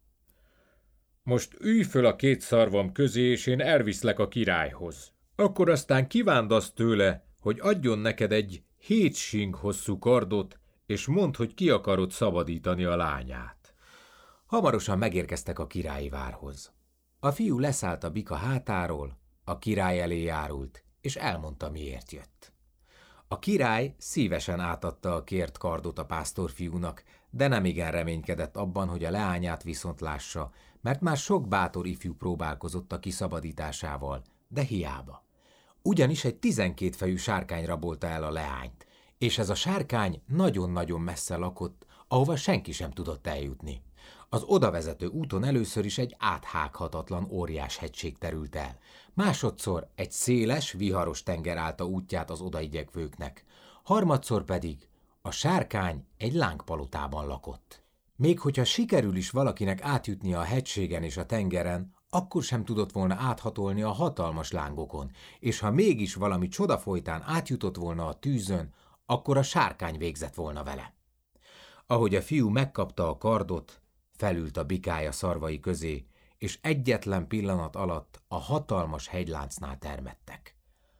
Most ülj föl a két szarvam közé, és én elviszlek a királyhoz. Akkor aztán kívánd azt tőle, hogy adjon neked egy 7 sing hosszú kardot, és mondd, hogy ki akarod szabadítani a lányát. Hamarosan megérkeztek a királyi várhoz. A fiú leszállt a bika hátáról, a király elé járult, és elmondta, miért jött. A király szívesen átadta a kért kardot a pásztorfiúnak, de nemigen reménykedett abban, hogy a leányát viszont lássa, mert már sok bátor ifjú próbálkozott a kiszabadításával, de hiába. Ugyanis egy 12 fejű sárkány rabolta el a leányt, és ez a sárkány nagyon-nagyon messze lakott, ahova senki sem tudott eljutni. Az odavezető úton először is egy áthághatatlan óriás hegység terült el. Másodszor egy széles, viharos tenger állta útját az odaigyekvőknek. Harmadszor pedig a sárkány egy lángpalotában lakott. Még hogyha sikerül is valakinek átjutnia a hegységen és a tengeren, akkor sem tudott volna áthatolni a hatalmas lángokon, és ha mégis valami csoda folytán átjutott volna a tűzön, akkor a sárkány végzett volna vele. Ahogy a fiú megkapta a kardot, felült a bikája szarvai közé, és egyetlen pillanat alatt a hatalmas hegyláncnál termettek.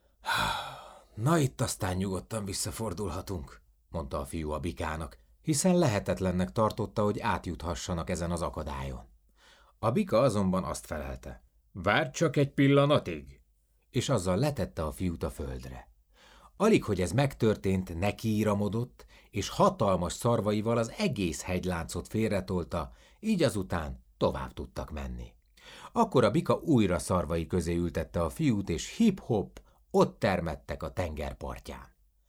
Na itt aztán nyugodtan visszafordulhatunk, mondta a fiú a bikának, hiszen lehetetlennek tartotta, hogy átjuthassanak ezen az akadályon. A bika azonban azt felelte. Várj csak egy pillanatig! És azzal letette a fiút a földre. Alig, hogy ez megtörtént, nekiíramodott, és hatalmas szarvaival az egész hegyláncot félretolta, így azután tovább tudtak menni. Akkor a bika újra szarvai közé ültette a fiút, és hip-hop, ott termettek a tengerpartján.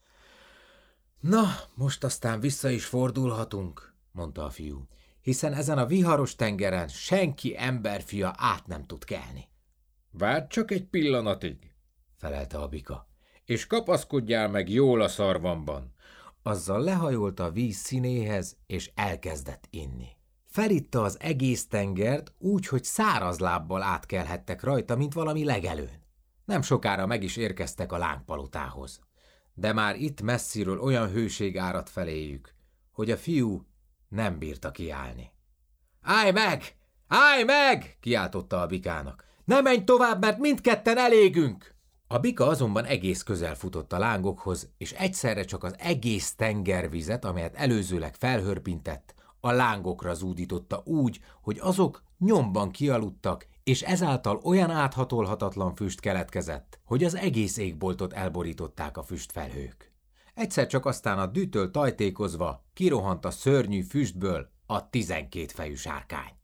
Na, most aztán vissza is fordulhatunk, mondta a fiú, hiszen ezen a viharos tengeren senki emberfia át nem tud kelni. Várj csak egy pillanatig, felelte a bika, és kapaszkodjál meg jól a szarvamban. Azzal lehajolt a víz színéhez, és elkezdett inni. Felitta az egész tengert úgy, hogy száraz lábbal átkelhettek rajta, mint valami legelőn. Nem sokára meg is érkeztek a lángpalotához. De már itt messziről olyan hőség áradt feléjük, hogy a fiú nem bírta kiállni. Állj meg! Állj meg! Kiáltotta a bikának. Ne menj tovább, mert mindketten elégünk! A bika azonban egész közel futott a lángokhoz, és egyszerre csak az egész tengervizet, amelyet előzőleg felhörpintett, a lángokra zúdította úgy, hogy azok nyomban kialudtak, és ezáltal olyan áthatolhatatlan füst keletkezett, hogy az egész égboltot elborították a füstfelhők. Egyszer csak aztán a dűtől tajtékozva kirohant a szörnyű füstből a 12 fejű sárkány.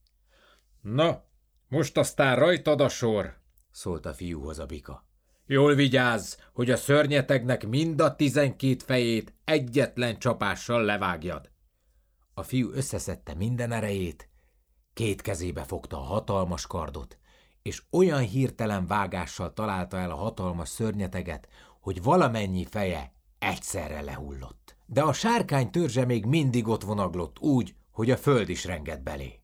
Na, most aztán rajtad a sor, szólt a fiúhoz a bika. Jól vigyázz, hogy a szörnyetegnek mind a 12 fejét egyetlen csapással levágjad. A fiú összeszedte minden erejét, 2 kezébe fogta a hatalmas kardot, és olyan hirtelen vágással találta el a hatalmas szörnyeteget, hogy valamennyi feje egyszerre lehullott. De a sárkány törzse még mindig ott vonaglott úgy, hogy a föld is rengett belé.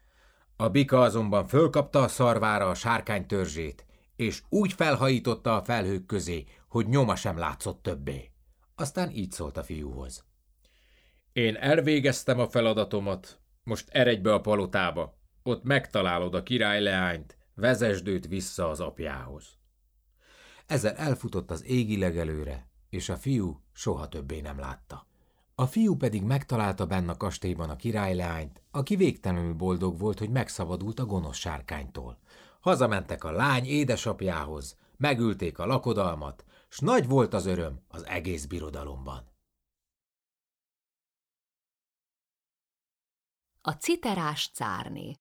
A bika azonban fölkapta a szarvára a sárkány törzsét, és úgy felhajította a felhők közé, hogy nyoma sem látszott többé. Aztán így szólt a fiúhoz. Én elvégeztem a feladatomat, most eredj be a palotába, ott megtalálod a királyleányt, vezesd őt vissza az apjához. Ezzel elfutott az égi legelőre, és a fiú soha többé nem látta. A fiú pedig megtalálta benn a kastélyban a királyleányt, aki végtelenül boldog volt, hogy megszabadult a gonosz sárkánytól. Hazamentek a lány édesapjához, megülték a lakodalmat, s nagy volt az öröm az egész birodalomban. A citerás cárné.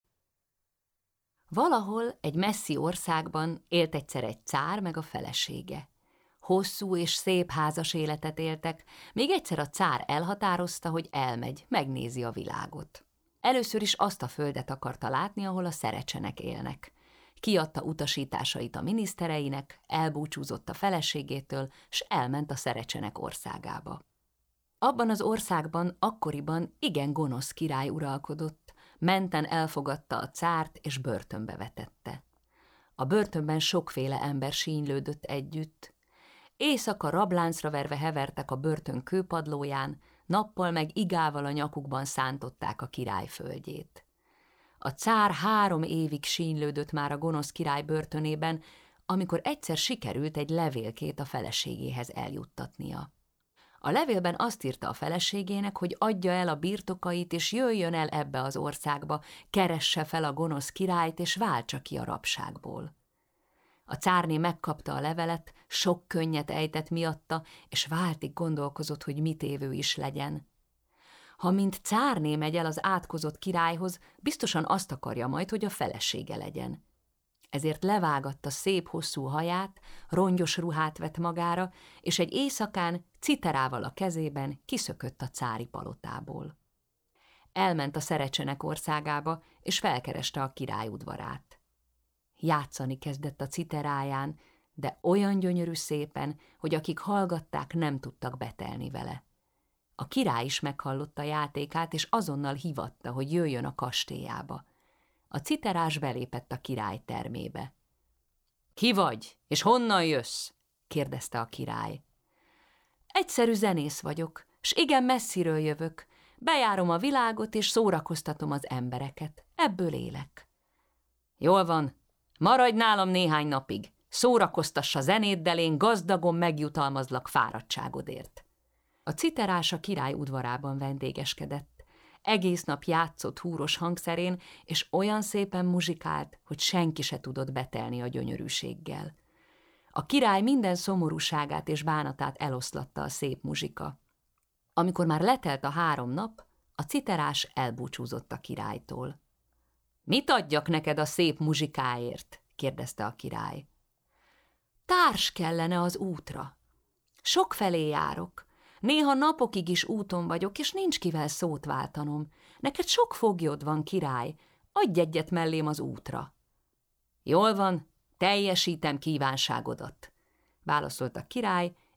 Valahol egy messzi országban élt egyszer egy cár meg a felesége. Hosszú és szép házas életet éltek, még egyszer a cár elhatározta, hogy elmegy, megnézi a világot. Először is azt a földet akarta látni, ahol a szerecsenek élnek. Kiadta utasításait a minisztereinek, elbúcsúzott a feleségétől, s elment a szerecsenek országába. Abban az országban akkoriban igen gonosz király uralkodott, menten elfogadta a cárt és börtönbe vetette. A börtönben sokféle ember sínylődött együtt. Éjszaka rabláncra verve hevertek a börtön kőpadlóján, nappal meg igával a nyakukban szántották a király földjét. A cár 3 évig sínylődött már a gonosz király börtönében, amikor egyszer sikerült egy levélkét a feleségéhez eljuttatnia. A levélben azt írta a feleségének, hogy adja el a birtokait, és jöjjön el ebbe az országba, keresse fel a gonosz királyt, és váltsa ki a rabságból. A cárné megkapta a levelet, sok könnyet ejtett miatta, és váltig gondolkozott, hogy mit évő is legyen. Ha mint cárné megy el az átkozott királyhoz, biztosan azt akarja majd, hogy a felesége legyen. Ezért levágatta szép hosszú haját, rongyos ruhát vett magára, és egy éjszakán citerával a kezében kiszökött a cári palotából. Elment a szerecsenek országába, és felkereste a király udvarát. Játszani kezdett a citeráján, de olyan gyönyörű szépen, hogy akik hallgatták, nem tudtak betelni vele. A király is meghallotta játékát, és azonnal hívatta, hogy jöjjön a kastélyába. A citerás belépett a király termébe. – Ki vagy, és honnan jössz? – kérdezte a király. – Egyszerű zenész vagyok, s igen messziről jövök. Bejárom a világot, és szórakoztatom az embereket. Ebből élek. – Jól van, maradj nálam néhány napig. Szórakoztass a zenéddel, én gazdagon megjutalmazlak fáradtságodért. A citerás a király udvarában vendégeskedett. Egész nap játszott húros hangszerén, és olyan szépen muzsikált, hogy senki se tudott betelni a gyönyörűséggel. A király minden szomorúságát és bánatát eloszlatta a szép muzsika. Amikor már letelt a 3 nap, a citerás elbúcsúzott a királytól. – Mit adjak neked a szép muzsikáért? – kérdezte a király. – Társ kellene az útra. Sokfelé járok. Néha napokig is úton vagyok, és nincs kivel szót váltanom. Neked sok foglyod van, király, adj egyet mellém az útra. Jól van, teljesítem kívánságodat, válaszolt a király,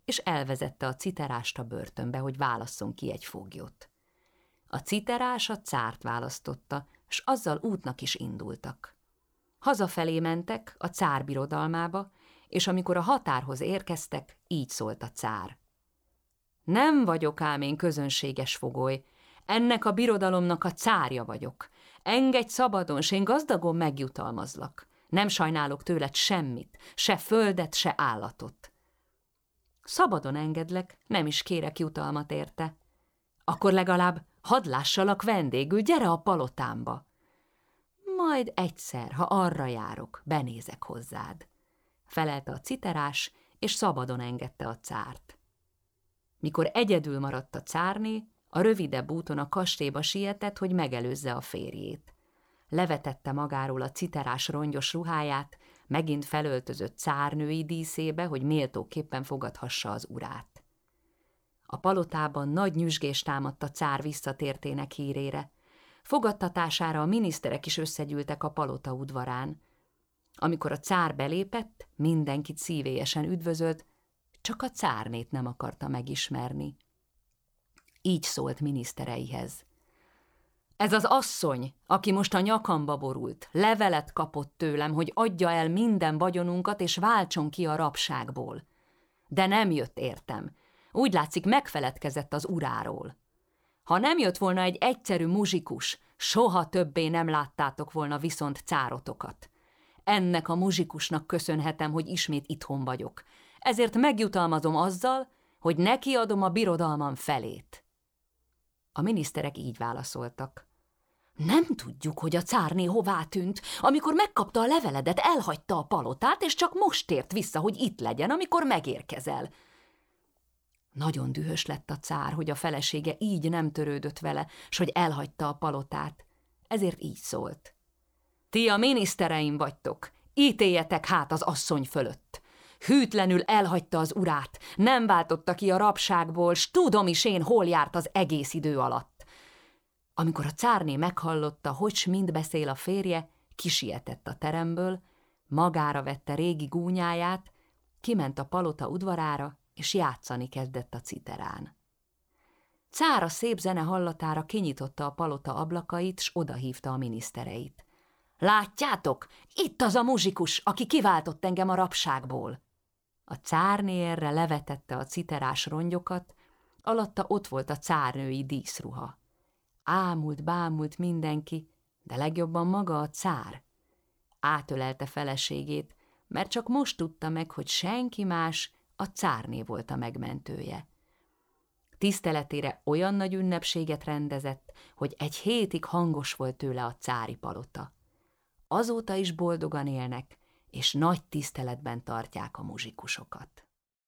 és elvezette a citerást a börtönbe, hogy válasszon ki egy foglyot. A citerás a cárt választotta, s azzal útnak is indultak. Hazafelé mentek a cár birodalmába, és amikor a határhoz érkeztek, így szólt a cár. Nem vagyok ám én közönséges fogoly, ennek a birodalomnak a cárja vagyok. Engedj szabadon, s én gazdagon megjutalmazlak. Nem sajnálok tőled semmit, se földet, se állatot. Szabadon engedlek, nem is kérek jutalmat érte. Akkor legalább hadd lássalak vendégül, gyere a palotámba. Majd egyszer, ha arra járok, benézek hozzád. Felelte a citerás, és szabadon engedte a cárt. Mikor egyedül maradt a cárné, a rövidebb úton a kastélyba sietett, hogy megelőzze a férjét. Levetette magáról a citerás rongyos ruháját, megint felöltözött cárnői díszébe, hogy méltóképpen fogadhassa az urát. A palotában nagy nyüzsgés támadt a cár visszatértének hírére. Fogadtatására a miniszterek is összegyűltek a palota udvarán. Amikor a cár belépett, mindenkit szívélyesen üdvözölt, csak a cárnét nem akarta megismerni. Így szólt minisztereihez. Ez az asszony, aki most a nyakamba borult, levelet kapott tőlem, hogy adja el minden vagyonunkat, és váltson ki a rabságból. De nem jött értem. Úgy látszik, megfeledkezett az uráról. Ha nem jött volna egy egyszerű muzsikus, soha többé nem láttátok volna viszont cárotokat. Ennek a muzsikusnak köszönhetem, hogy ismét itthon vagyok. Ezért megjutalmazom azzal, hogy nekiadom a birodalmam felét. A miniszterek így válaszoltak. Nem tudjuk, hogy a cárné hová tűnt. Amikor megkapta a leveledet, elhagyta a palotát, és csak most tért vissza, hogy itt legyen, amikor megérkezel. Nagyon dühös lett a cár, hogy a felesége így nem törődött vele, s hogy elhagyta a palotát. Ezért így szólt. Ti a minisztereim vagytok, ítéljetek hát az asszony fölött. Hűtlenül elhagyta az urát, nem váltotta ki a rabságból, s tudom is én, hol járt az egész idő alatt. Amikor a cárné meghallotta, hogy s mind beszél a férje, kisietett a teremből, magára vette régi gúnyáját, kiment a palota udvarára, és játszani kezdett a citerán. Cár a szép zene hallatára kinyitotta a palota ablakait, s odahívta a minisztereit. Látjátok, itt az a muzsikus, aki kiváltott engem a rabságból. A cárné erre levetette a citerás rongyokat, alatta ott volt a cárnői díszruha. Ámult-bámult mindenki, de legjobban maga a cár. Átölelte feleségét, mert csak most tudta meg, hogy senki más, a cárné volt a megmentője. Tiszteletére olyan nagy ünnepséget rendezett, hogy egy hétig hangos volt tőle a cári palota. Azóta is boldogan élnek, és nagy tiszteletben tartják a muzsikusokat.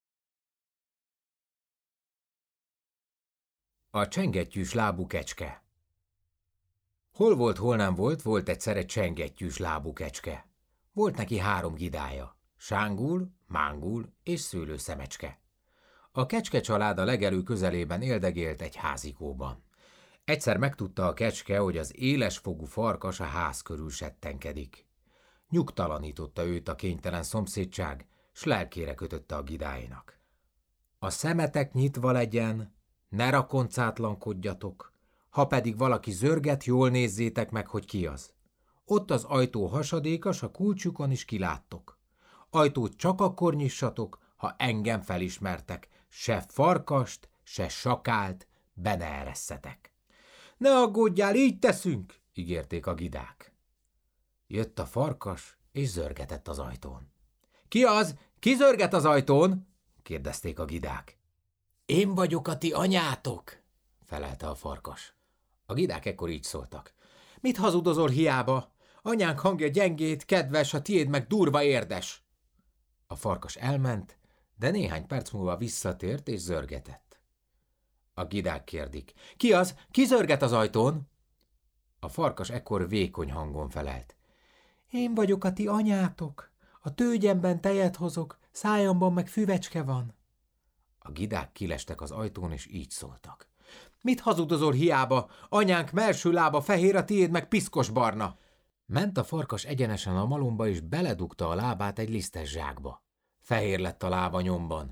A csengettyűs lábú kecske. Hol volt, hol nem volt, volt egyszer egy csengettyűs lábú kecske. Volt neki 3 gidája, Sángul, Mángul és Szőlőszemecske. A kecske család a legelő közelében éldegélt egy házikóban. Egyszer megtudta a kecske, hogy az élesfogú farkas a ház körül settenkedik. Nyugtalanította őt a kénytelen szomszédság, s lelkére kötötte a gidáinak. A szemetek nyitva legyen, ne rakoncátlankodjatok, ha pedig valaki zörget, jól nézzétek meg, hogy ki az. Ott az ajtó hasadékas, a kulcsukon is kiláttok. Ajtót csak akkor nyissatok, ha engem felismertek, se farkast, se sakált be ne eresszetek. Ne aggódjál, így teszünk, ígérték a gidák. Jött a farkas, és zörgetett az ajtón. Ki az? Ki zörget az ajtón? kérdezték a gidák. Én vagyok a ti anyátok, felelte a farkas. A gidák ekkor így szóltak. Mit hazudozol hiába? Anyánk hangja gyengét, kedves, a tiéd meg durva érdes. A farkas elment, de néhány perc múlva visszatért és zörgetett. A gidák kérdik. Ki az? Ki zörget az ajtón? A farkas ekkor vékony hangon felelt. Én vagyok a ti anyátok. A tőgyemben tejet hozok, szájamban meg füvecske van. A gidák kilestek az ajtón, és így szóltak. Mit hazudozol hiába? Anyánk mellső lába fehér, a tiéd meg piszkos barna. Ment a farkas egyenesen a malomba, és beledugta a lábát egy lisztes zsákba. Fehér lett a lába nyomban.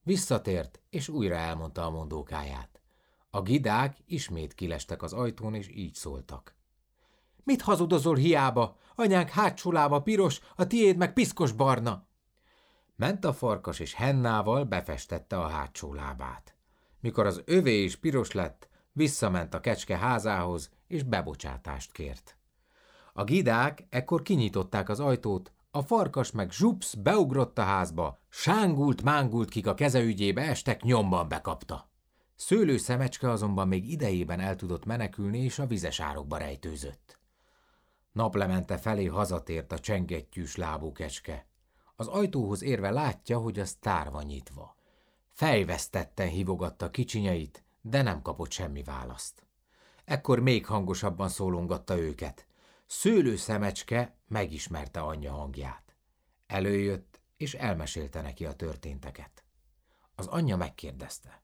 Visszatért, és újra elmondta a mondókáját. A gidák ismét kilestek az ajtón, és így szóltak. Mit hazudozol hiába? Anyánk hátsó lába piros, a tiéd meg piszkos barna. Ment a farkas, és hennával befestette a hátsó lábát. Mikor az övé is piros lett, visszament a kecske házához, és bebocsátást kért. A gidák ekkor kinyitották az ajtót, a farkas meg zsupsz beugrott a házba, sángult-mángult, kik a keze ügyébe estek, nyomban bekapta. Szőlő szemecske azonban még idejében el tudott menekülni, és a vizes árokba rejtőzött. Naplemente felé hazatért a csengettyűs lábú kecske. Az ajtóhoz érve látja, hogy az tárva nyitva. Fejvesztetten hívogatta kicsinyeit, de nem kapott semmi választ. Ekkor még hangosabban szólongatta őket. Szőlő szemecske megismerte anyja hangját. Előjött, és elmesélte neki a történteket. Az anyja megkérdezte.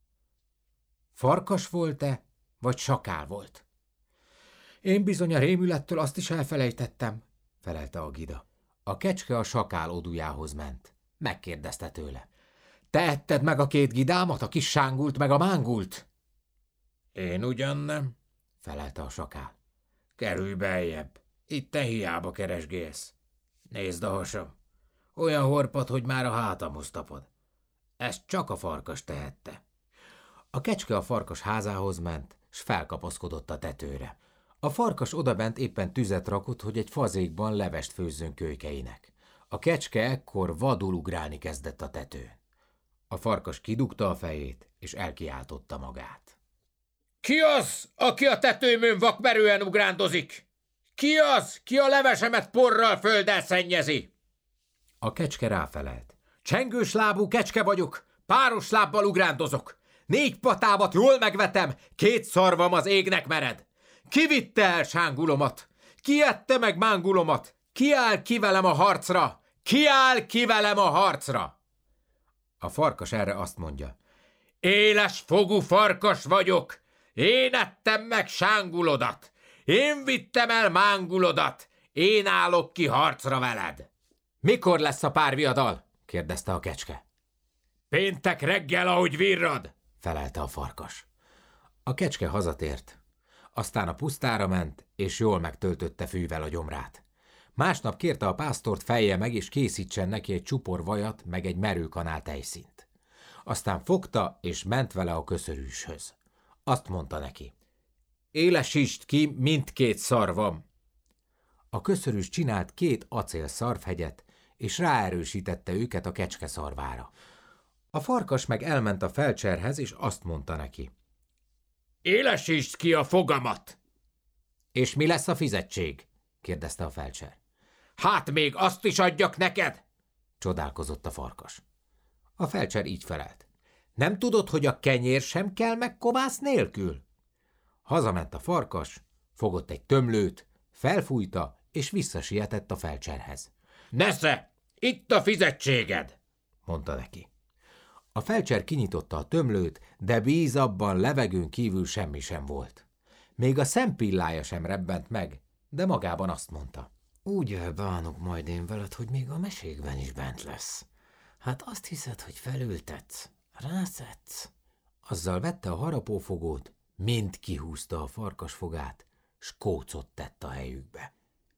Farkas volt-e, vagy sakál volt? Én bizony a rémülettől azt is elfelejtettem, felelte a gida. A kecske a sakál odujához ment. Megkérdezte tőle. Te etted meg a két gidámat, a kis sángult meg a mángult? Én ugyan nem, felelte a sakál. Kerülj beljebb, itt te hiába keresgélsz. Nézd a hasam, olyan horpad, hogy már a hátamhoz tapad. Ezt csak a farkas tehette. A kecske a farkas házához ment, s felkapaszkodott a tetőre. A farkas odabent éppen tüzet rakott, hogy egy fazékban levest főzzön kölykeinek. A kecske ekkor vadul ugrálni kezdett a tetőn. A farkas kidugta a fejét, és elkiáltotta magát. Ki az, aki a tetőmön vakmerően ugrándozik? Ki az, ki a levesemet porral földdel szennyezi? A kecske ráfelelt. Csengős lábú kecske vagyok, páros lábbal ugrándozok. 4 patámat jól megvetem, 2 szarvam az égnek mered. Ki vitte el sángulomat? Ki ette meg mángulomat? Ki áll ki velem a harcra? Ki áll ki velem a harcra? A farkas erre azt mondja. Éles fogú farkas vagyok. Én ettem meg sángulodat. Én vittem el mángulodat. Én állok ki harcra veled. Mikor lesz a párviadal? kérdezte a kecske. Péntek reggel, ahogy virrad, felelte a farkas. A kecske hazatért. Aztán a pusztára ment, és jól megtöltötte fűvel a gyomrát. Másnap kérte a pásztort, fejje meg, és készítsen neki egy csupor vajat, meg egy merőkanál tejszínt. Aztán fogta, és ment vele a köszörűshöz. Azt mondta neki. Élesítsd ki mindkét szarvam! A köszörűs csinált 2 acél szarvhegyet, és ráerősítette őket a kecske szarvára. A farkas meg elment a felcserhez, és azt mondta neki. Élesítsd ki a fogamat! És mi lesz a fizetség? kérdezte a felcser. Hát még azt is adjak neked? Csodálkozott a farkas. A felcser így felelt. Nem tudod, hogy a kenyér sem kell meg kovász nélkül? Hazament a farkas, fogott egy tömlőt, felfújta, és visszasietett a felcserhez. Nesze, itt a fizetséged, mondta neki. A felcser kinyitotta a tömlőt, de bíz abban, levegőn kívül semmi sem volt. Még a szempillája sem rebbent meg, de magában azt mondta. Úgy elbánok majd én veled, hogy még a mesékben is bent lesz. Hát azt hiszed, hogy felültetsz, rászedsz. Azzal vette a harapófogót, mind kihúzta a farkas fogát, s kócot tett a helyükbe.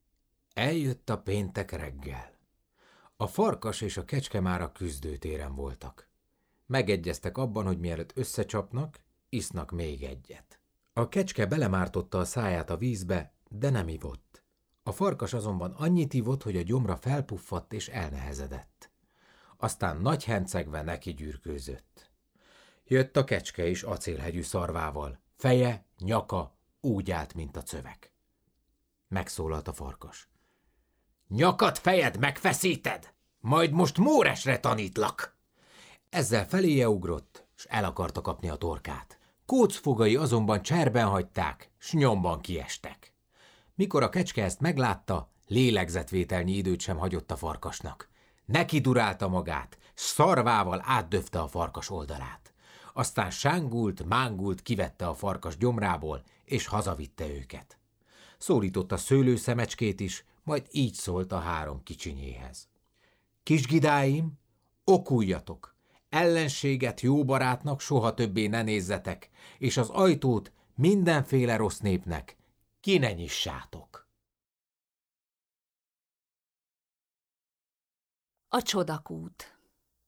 Eljött a péntek reggel. A farkas és a kecske már a küzdőtéren voltak. Megegyeztek abban, hogy mielőtt összecsapnak, isznak még egyet. A kecske belemártotta a száját a vízbe, de nem ivott. A farkas azonban annyit ivott, hogy a gyomra felpuffadt és elnehezedett. Aztán nagy hencegve neki gyűrkőzött. Jött a kecske is acélhegyű szarvával. Feje, nyaka úgy állt, mint a cövek. Megszólalt a farkas. Nyakat fejed megfeszíted? Majd most móresre tanítlak! Ezzel feléje ugrott, s el akarta kapni a torkát. Kócfogai azonban cserben hagyták, s nyomban kiestek. Mikor a kecske ezt meglátta, lélegzetvételnyi időt sem hagyott a farkasnak. Neki durálta magát, szarvával átdöfte a farkas oldalát. Aztán sángult, mángult kivette a farkas gyomrából, és hazavitte őket. Szólította szőlőszemecskét is, majd így szólt a 3 kicsinyéhez. Kisgidáim, okuljatok! ellenséget jó barátnak soha többé ne nézzetek, és az ajtót mindenféle rossz népnek ki ne nyissátok. A csodakút.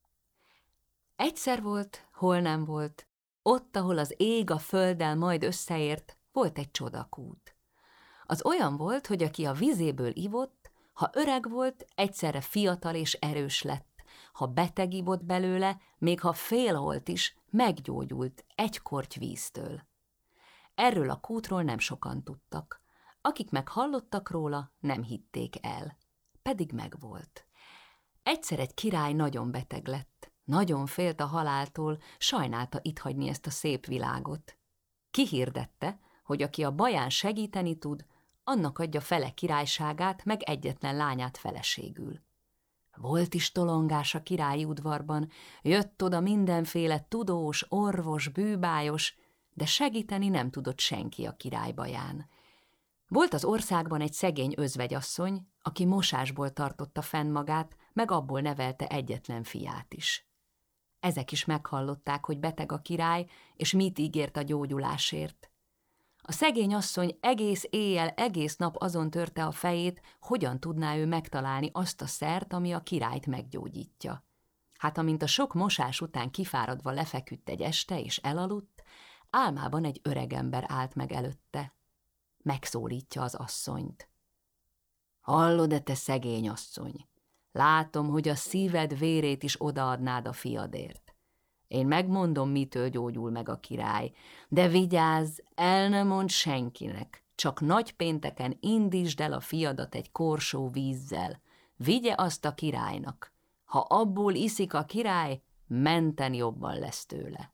Egyszer volt, hol nem volt, ott, ahol az ég a földdel majd összeért, volt egy csodakút. Az olyan volt, hogy aki a vizéből ivott, ha öreg volt, egyszerre fiatal és erős lett, ha beteg ivott belőle, még ha félholt is, meggyógyult egy korty víztől. Erről a kútról nem sokan tudtak. Akik meg hallottak róla, nem hitték el. Pedig megvolt. Egyszer egy király nagyon beteg lett. Nagyon félt a haláltól, sajnálta itthagyni ezt a szép világot. Kihirdette, hogy aki a baján segíteni tud, annak adja fele királyságát, meg egyetlen lányát feleségül. Volt is tolongás a királyi udvarban, jött oda mindenféle tudós, orvos, bűbájos, de segíteni nem tudott senki a király baján. Volt az országban egy szegény özvegyasszony, aki mosásból tartotta fenn magát, meg abból nevelte egyetlen fiát is. Ezek is meghallották, hogy beteg a király, és mit ígért a gyógyulásért. A szegény asszony egész éjjel, egész nap azon törte a fejét, hogyan tudná ő megtalálni azt a szert, ami a királyt meggyógyítja. Hát amint a sok mosás után kifáradva lefeküdt egy este és elaludt, álmában egy öregember állt meg előtte. Megszólítja az asszonyt. Hallod-e, te szegény asszony? Látom, hogy a szíved vérét is odaadnád a fiadért. Én megmondom, mitől gyógyul meg a király, de vigyázz, el ne mondd senkinek, csak nagypénteken indítsd el a fiadat egy korsó vízzel, vigye azt a királynak. Ha abból iszik a király, menten jobban lesz tőle.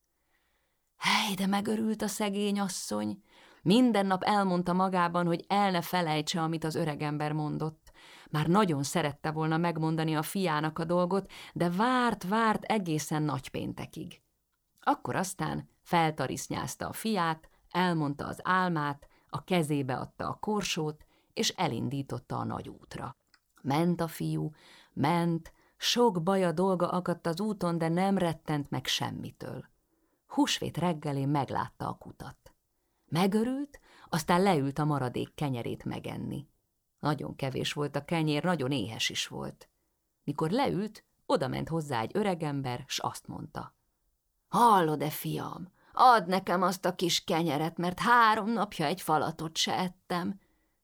Hely, de megörült a szegény asszony. Minden nap elmondta magában, hogy el ne felejtse, amit az öregember mondott. Már nagyon szerette volna megmondani a fiának a dolgot, de várt egészen nagypéntekig. Akkor aztán feltarisznyázta a fiát, elmondta az álmát, a kezébe adta a korsót, és elindította a nagy útra. Ment a fiú, ment, sok baja dolga akadt az úton, de nem rettent meg semmitől. Húsvét reggelén meglátta a kutat. Megörült, aztán leült a maradék kenyerét megenni. Nagyon kevés volt a kenyér, nagyon éhes is volt. Mikor leült, odament hozzá egy öregember, s azt mondta. Hallod-e, fiam, add nekem azt a kis kenyeret, mert 3 napja egy falatot se ettem.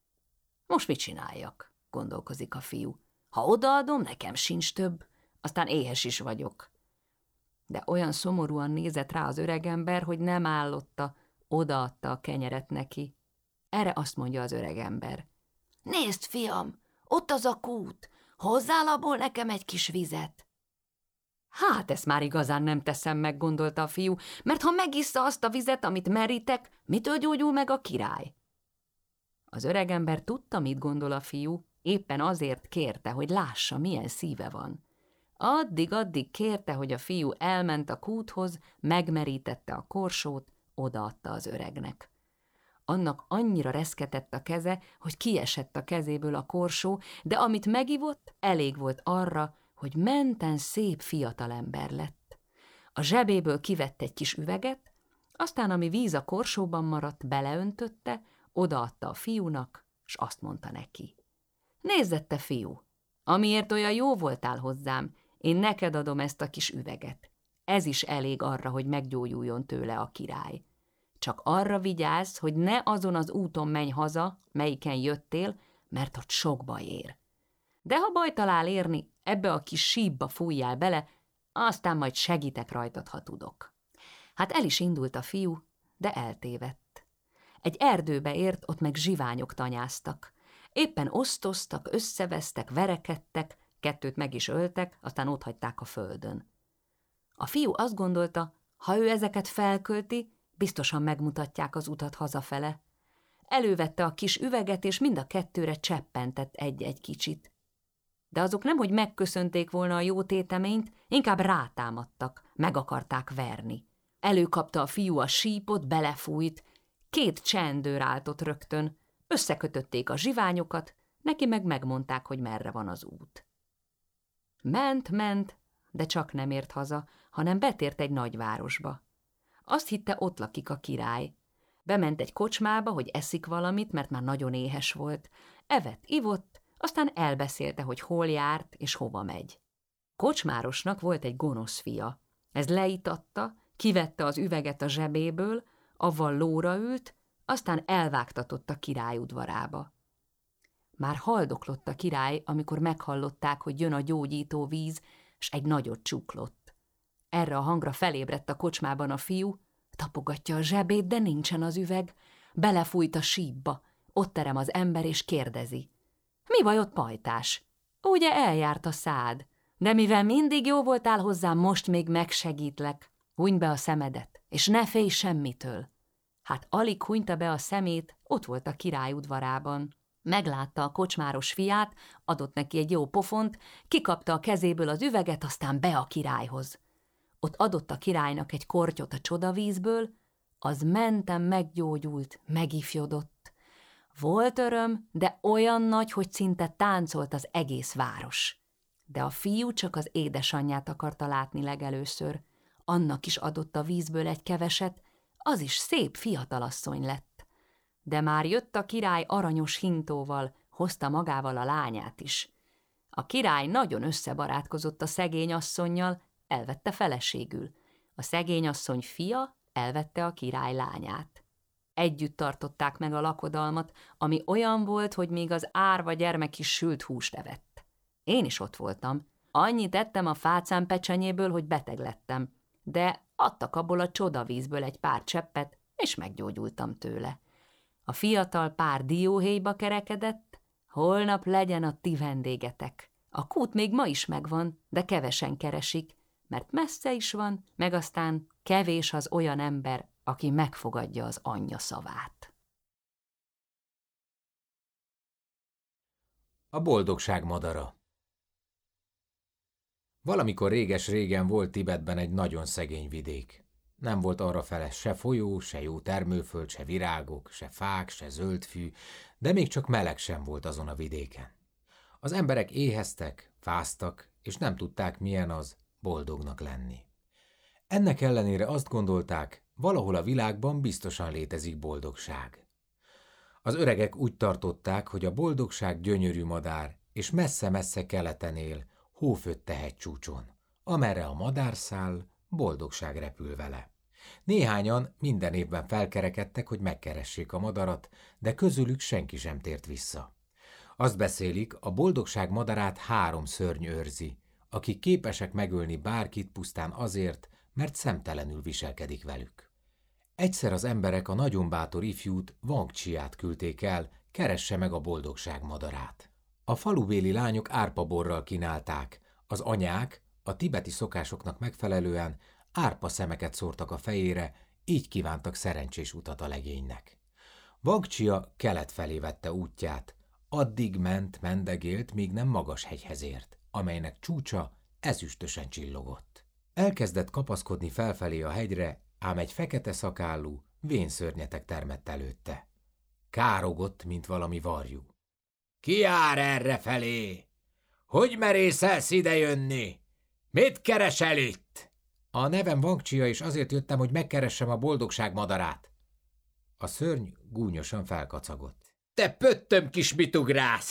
Most mit csináljak? Gondolkozik a fiú. Ha odaadom, nekem sincs több, aztán éhes is vagyok. De olyan szomorúan nézett rá az öregember, hogy nem állotta, odaadta a kenyeret neki. Erre azt mondja az öregember. Nézd, fiam, ott az a kút, hozzál abból nekem egy kis vizet. Hát ezt már igazán nem teszem meg, gondolta a fiú, mert ha megissza azt a vizet, amit merítek, mitől gyógyul meg a király? Az öregember tudta, mit gondol a fiú, éppen azért kérte, hogy lássa, milyen szíve van. Addig kérte, hogy a fiú elment a kúthoz, megmerítette a korsót, odaadta az öregnek. Annak annyira reszketett a keze, hogy kiesett a kezéből a korsó, de amit megivott, elég volt arra, hogy menten szép fiatalember lett. A zsebéből kivett egy kis üveget, aztán ami víz a korsóban maradt, beleöntötte, odaadta a fiúnak, s azt mondta neki. Nézzed, te fiú, amiért olyan jó voltál hozzám, én neked adom ezt a kis üveget. Ez is elég arra, hogy meggyógyuljon tőle a király. Csak arra vigyázz, hogy ne azon az úton menj haza, melyiken jöttél, mert ott sok baj ér. De ha baj talál érni, ebbe a kis sípba fújjál bele, aztán majd segítek rajtad, ha tudok. Hát el is indult a fiú, de eltévedt. Egy erdőbe ért, ott meg zsiványok tanyáztak. Éppen osztoztak, összevesztek, verekedtek, 2 meg is öltek, aztán otthagyták a földön. A fiú azt gondolta, ha ő ezeket felkölti, biztosan megmutatják az utat hazafele. Elővette a kis üveget, és mind a 2-re cseppentett egy-egy kicsit. De azok nemhogy megköszönték volna a jó téteményt, inkább rátámadtak, meg akarták verni. Előkapta a fiú a sípot, belefújt, 2 csendőr állt ott rögtön, összekötötték a zsiványokat, neki meg megmondták, hogy merre van az út. Ment, de csak nem ért haza, hanem betért egy nagyvárosba. Azt hitte, ott lakik a király. Bement egy kocsmába, hogy eszik valamit, mert már nagyon éhes volt. Evett, ivott, aztán elbeszélte, hogy hol járt és hova megy. Kocsmárosnak volt egy gonosz fia. Ez leitatta, kivette az üveget a zsebéből, avval lóra ült, aztán elvágtatott a király udvarába. Már haldoklott a király, amikor meghallották, hogy jön a gyógyító víz, s egy nagyot csuklott. Erre a hangra felébredt a kocsmában a fiú, tapogatja a zsebét, de nincsen az üveg. Belefújt a sípba, ott terem az ember és kérdezi. Mi baj ott, pajtás? Ugye eljárt a szád, de mivel mindig jó voltál hozzám, most még megsegítlek. Hunyd be a szemedet, és ne félj semmitől. Hát alig hunyta be a szemét, ott volt a király udvarában. Meglátta a kocsmáros fiát, adott neki egy jó pofont, kikapta a kezéből az üveget, aztán be a királyhoz. Ott adott a királynak egy kortyot a csodavízből, az mentem meggyógyult, megifjodott. Volt öröm, de olyan nagy, hogy szinte táncolt az egész város. De a fiú csak az édesanyját akarta látni legelőször. Annak is adott a vízből egy keveset, az is szép fiatalasszony lett. De már jött a király aranyos hintóval, hozta magával a lányát is. A király nagyon összebarátkozott a szegény asszonnyal, elvette feleségül. A szegény asszony fia elvette a király lányát. Együtt tartották meg a lakodalmat, ami olyan volt, hogy még az árva gyermek is sült húst evett. Én is ott voltam. Annyit ettem a fácán pecsenyéből, hogy beteg lettem, de adtak abból a csodavízből egy pár cseppet, és meggyógyultam tőle. A fiatal pár dióhéjba kerekedett, holnap legyen a ti vendégetek. A kút még ma is megvan, de kevesen keresik, mert messze is van, meg aztán kevés az olyan ember, aki megfogadja az anyja szavát. A boldogság madara. Valamikor réges-régen volt Tibetben egy nagyon szegény vidék. Nem volt arrafele se folyó, se jó termőföld, se virágok, se fák, se zöldfű, de még csak meleg sem volt azon a vidéken. Az emberek éheztek, fáztak, és nem tudták, milyen az boldognak lenni. Ennek ellenére azt gondolták, valahol a világban biztosan létezik boldogság. Az öregek úgy tartották, hogy a boldogság gyönyörű madár, és messze-messze keleten él, hófötte hegycsúcson. Amerre a madár száll, boldogság repül vele. Néhányan minden évben felkerekedtek, hogy megkeressék a madarat, de közülük senki sem tért vissza. Azt beszélik, a boldogság madarát 3 szörny őrzi, akik képesek megölni bárkit pusztán azért, mert szemtelenül viselkedik velük. Egyszer az emberek a nagyon bátor ifjút, Wangchiát küldték el, keresse meg a boldogság madarát. A falubéli lányok árpaborral kínálták, az anyák a tibeti szokásoknak megfelelően árpa szemeket szórtak a fejére, így kívántak szerencsés utat a legénynek. Wangchia kelet felé vette útját, addig mendegélt, míg nem magas hegyhez ért, amelynek csúcsa ezüstösen csillogott. Elkezdett kapaszkodni felfelé a hegyre, ám egy fekete szakállú, vén szörnyetek termett előtte. Károgott, mint valami varjú. Ki jár errefelé? Hogy merészelsz idejönni? Mit keresel itt? A nevem Wangchia, és azért jöttem, hogy megkeressem a boldogság madarát. A szörny gúnyosan felkacagott. Te pöttöm kis mit ugrálsz?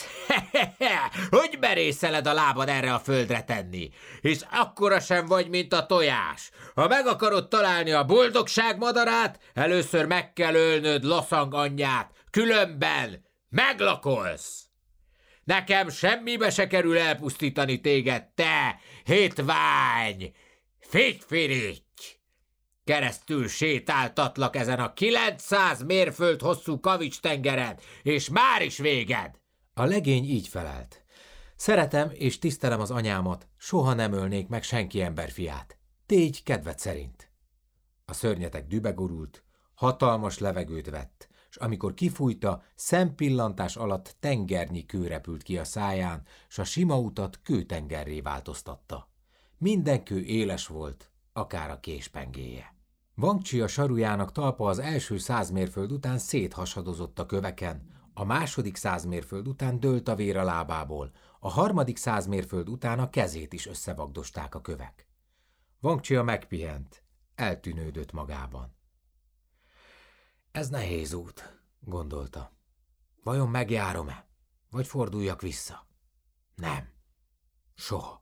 Hogy merészeled a lábad erre a földre tenni? És akkora sem vagy, mint a tojás. Ha meg akarod találni a boldogság madarát, először meg kell ölnöd Loszang anyját, különben meglakolsz. Nekem semmibe se kerül elpusztítani téged, te hitvány! Figy-firigy! Keresztül sétáltatlak ezen a 900 mérföld hosszú kavics-tengeren, és már is véged! A legény így felelt. Szeretem és tisztelem az anyámat, soha nem ölnék meg senki emberfiát. Tégy kedved szerint. A szörnyetek dübegurult, hatalmas levegőt vett, s amikor kifújta, szempillantás alatt tengernyi kő repült ki a száján, s a sima utat kőtengerré változtatta. Minden kő éles volt, akár a késpengéje. Wangchia sarujának talpa az első 100 mérföld után széthasadozott a köveken, a második 100 mérföld után dőlt a vér a lábából, a harmadik 100 mérföld után a kezét is összevagdosták a kövek. Wang Chia megpihent, eltűnődött magában. Ez nehéz út, gondolta. Vajon megjárom-e, vagy forduljak vissza? Nem. Soha.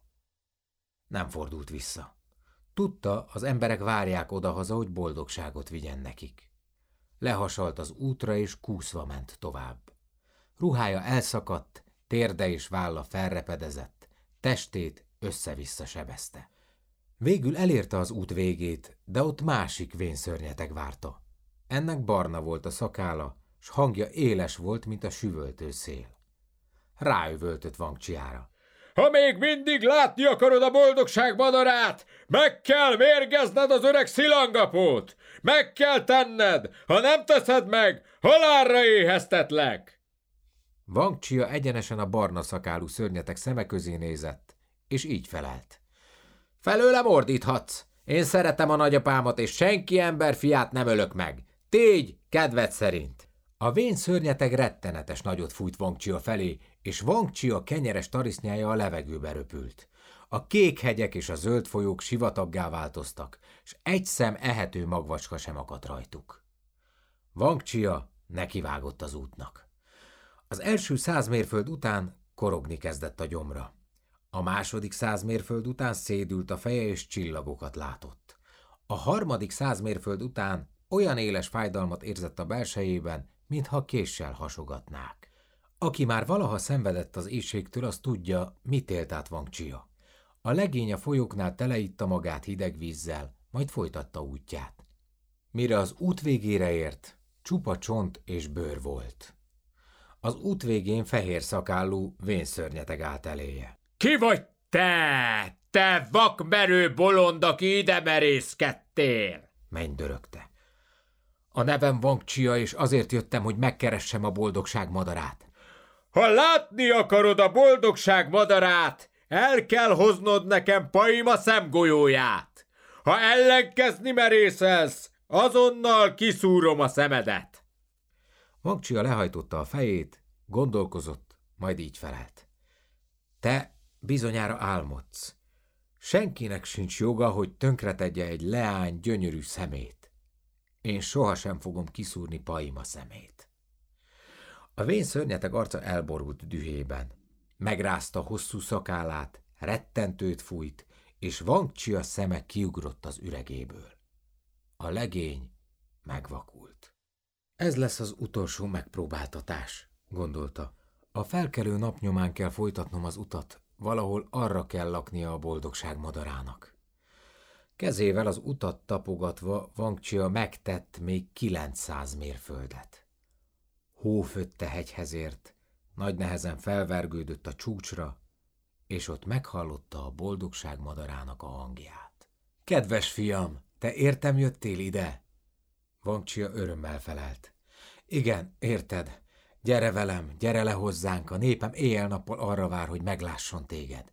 Nem fordult vissza. Tudta, az emberek várják odahaza, hogy boldogságot vigyen nekik. Lehasalt az útra, és kúszva ment tovább. Ruhája elszakadt, térde és válla felrepedezett, testét össze-vissza sebezte. Végül elérte az út végét, de ott másik vénszörnyeteg várta. Ennek barna volt a szakálla, s hangja éles volt, mint a süvöltő szél. Ráüvöltött Wang Chiára. Ha még mindig látni akarod a boldogság madarát, meg kell mérgezned az öreg szilangapót! Meg kell tenned! Ha nem teszed meg, halálra éheztetlek! Wang Chia egyenesen a barna szakálú szörnyetek szeme közé nézett, és így felelt. Felőlem ordíthatsz! Én szeretem a nagyapámat, és senki ember fiát nem ölök meg. Tégy, kedved szerint! A vén szörnyeteg rettenetes nagyot fújt Wang Chia felé, és Wang Chia kenyeres tarisznyája a levegőbe röpült. A kék hegyek és a zöld folyók sivataggá változtak, s egy szem ehető magvacska sem akadt rajtuk. Wang Chia nekivágott az útnak. Az első 100 mérföld után korogni kezdett a gyomra. A második 100 mérföld után szédült a feje, és csillagokat látott. A harmadik 100 mérföld után olyan éles fájdalmat érzett a belsejében, mintha késsel hasogatnák. Aki már valaha szenvedett az éhségtől, az tudja, mit élt át Wang Chia. A legény a folyóknál teleitta magát hideg vízzel, majd folytatta útját. Mire az út végére ért, csupa csont és bőr volt. Az út végén fehér szakállú vénszörnyeteg állt eléje. Ki vagy te, te vakmerő bolond, aki ide merészkedtél? Mennydörögte. A nevem Wang Chia, és azért jöttem, hogy megkeressem a boldogság madarát. Ha látni akarod a boldogság madarát, el kell hoznod nekem Paima szemgolyóját. Ha ellenkezni merészelsz, azonnal kiszúrom a szemedet. Wang Chia lehajtotta a fejét, gondolkozott, majd így felelt. Te bizonyára álmodsz. Senkinek sincs joga, hogy tönkretegye egy leány gyönyörű szemét. Én sohasem fogom kiszúrni Paima szemét. A vén szörnyeteg arca elborult dühében. Megrázta hosszú szakállát, rettentőt fújt, és Wang Chia szeme kiugrott az üregéből. A legény megvakult. Ez lesz az utolsó megpróbáltatás, gondolta. A felkelő napnyomán kell folytatnom az utat, valahol arra kell laknia a boldogság madarának. Kezével az utat tapogatva Wang Chia megtett még 900 mérföldet. Hófötte hegyhez ért, nagy nehezen felvergődött a csúcsra, és ott meghallotta a boldogság madarának a hangját. Kedves fiam, te értem jöttél ide? Wang Chia örömmel felelt. Igen, érted. Gyere velem, gyere le hozzánk, a népem éjjel-nappal arra vár, hogy meglásson téged.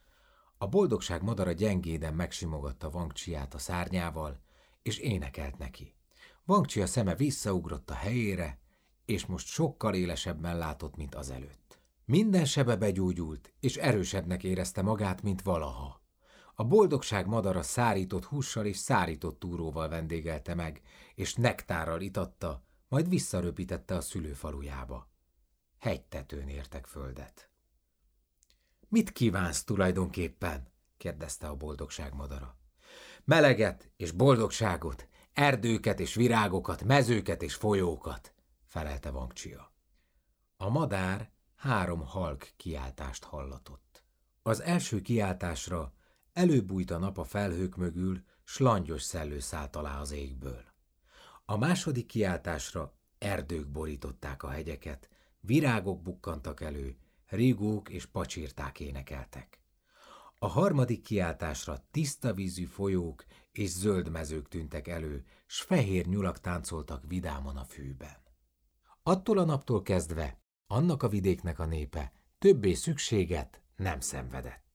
A boldogság madara gyengéden megsimogatta Wang Chiát a szárnyával, és énekelt neki. Wang Chia szeme visszaugrott a helyére, és most sokkal élesebben látott, mint azelőtt. Minden sebe begyógyult, és erősebbnek érezte magát, mint valaha. A boldogság madara szárított hússal és szárított túróval vendégelte meg, és nektárral itatta, majd visszaröpítette a szülőfalujába. Hegytetőn értek földet. Mit kívánsz tulajdonképpen? kérdezte a boldogság madara. Meleget és boldogságot, erdőket és virágokat, mezőket és folyókat, felelte Wang Chia. A madár 3 halk kiáltást hallatott. Az első kiáltásra előbújt a nap a felhők mögül, s langyos szellő szállt alá az égből. A második kiáltásra erdők borították a hegyeket, virágok bukkantak elő, rigók és pacsirták énekeltek. A harmadik kiáltásra tiszta vízű folyók és zöld mezők tűntek elő, s fehér nyulak táncoltak vidáman a fűben. Attól a naptól kezdve annak a vidéknek a népe többé szükséget nem szenvedett.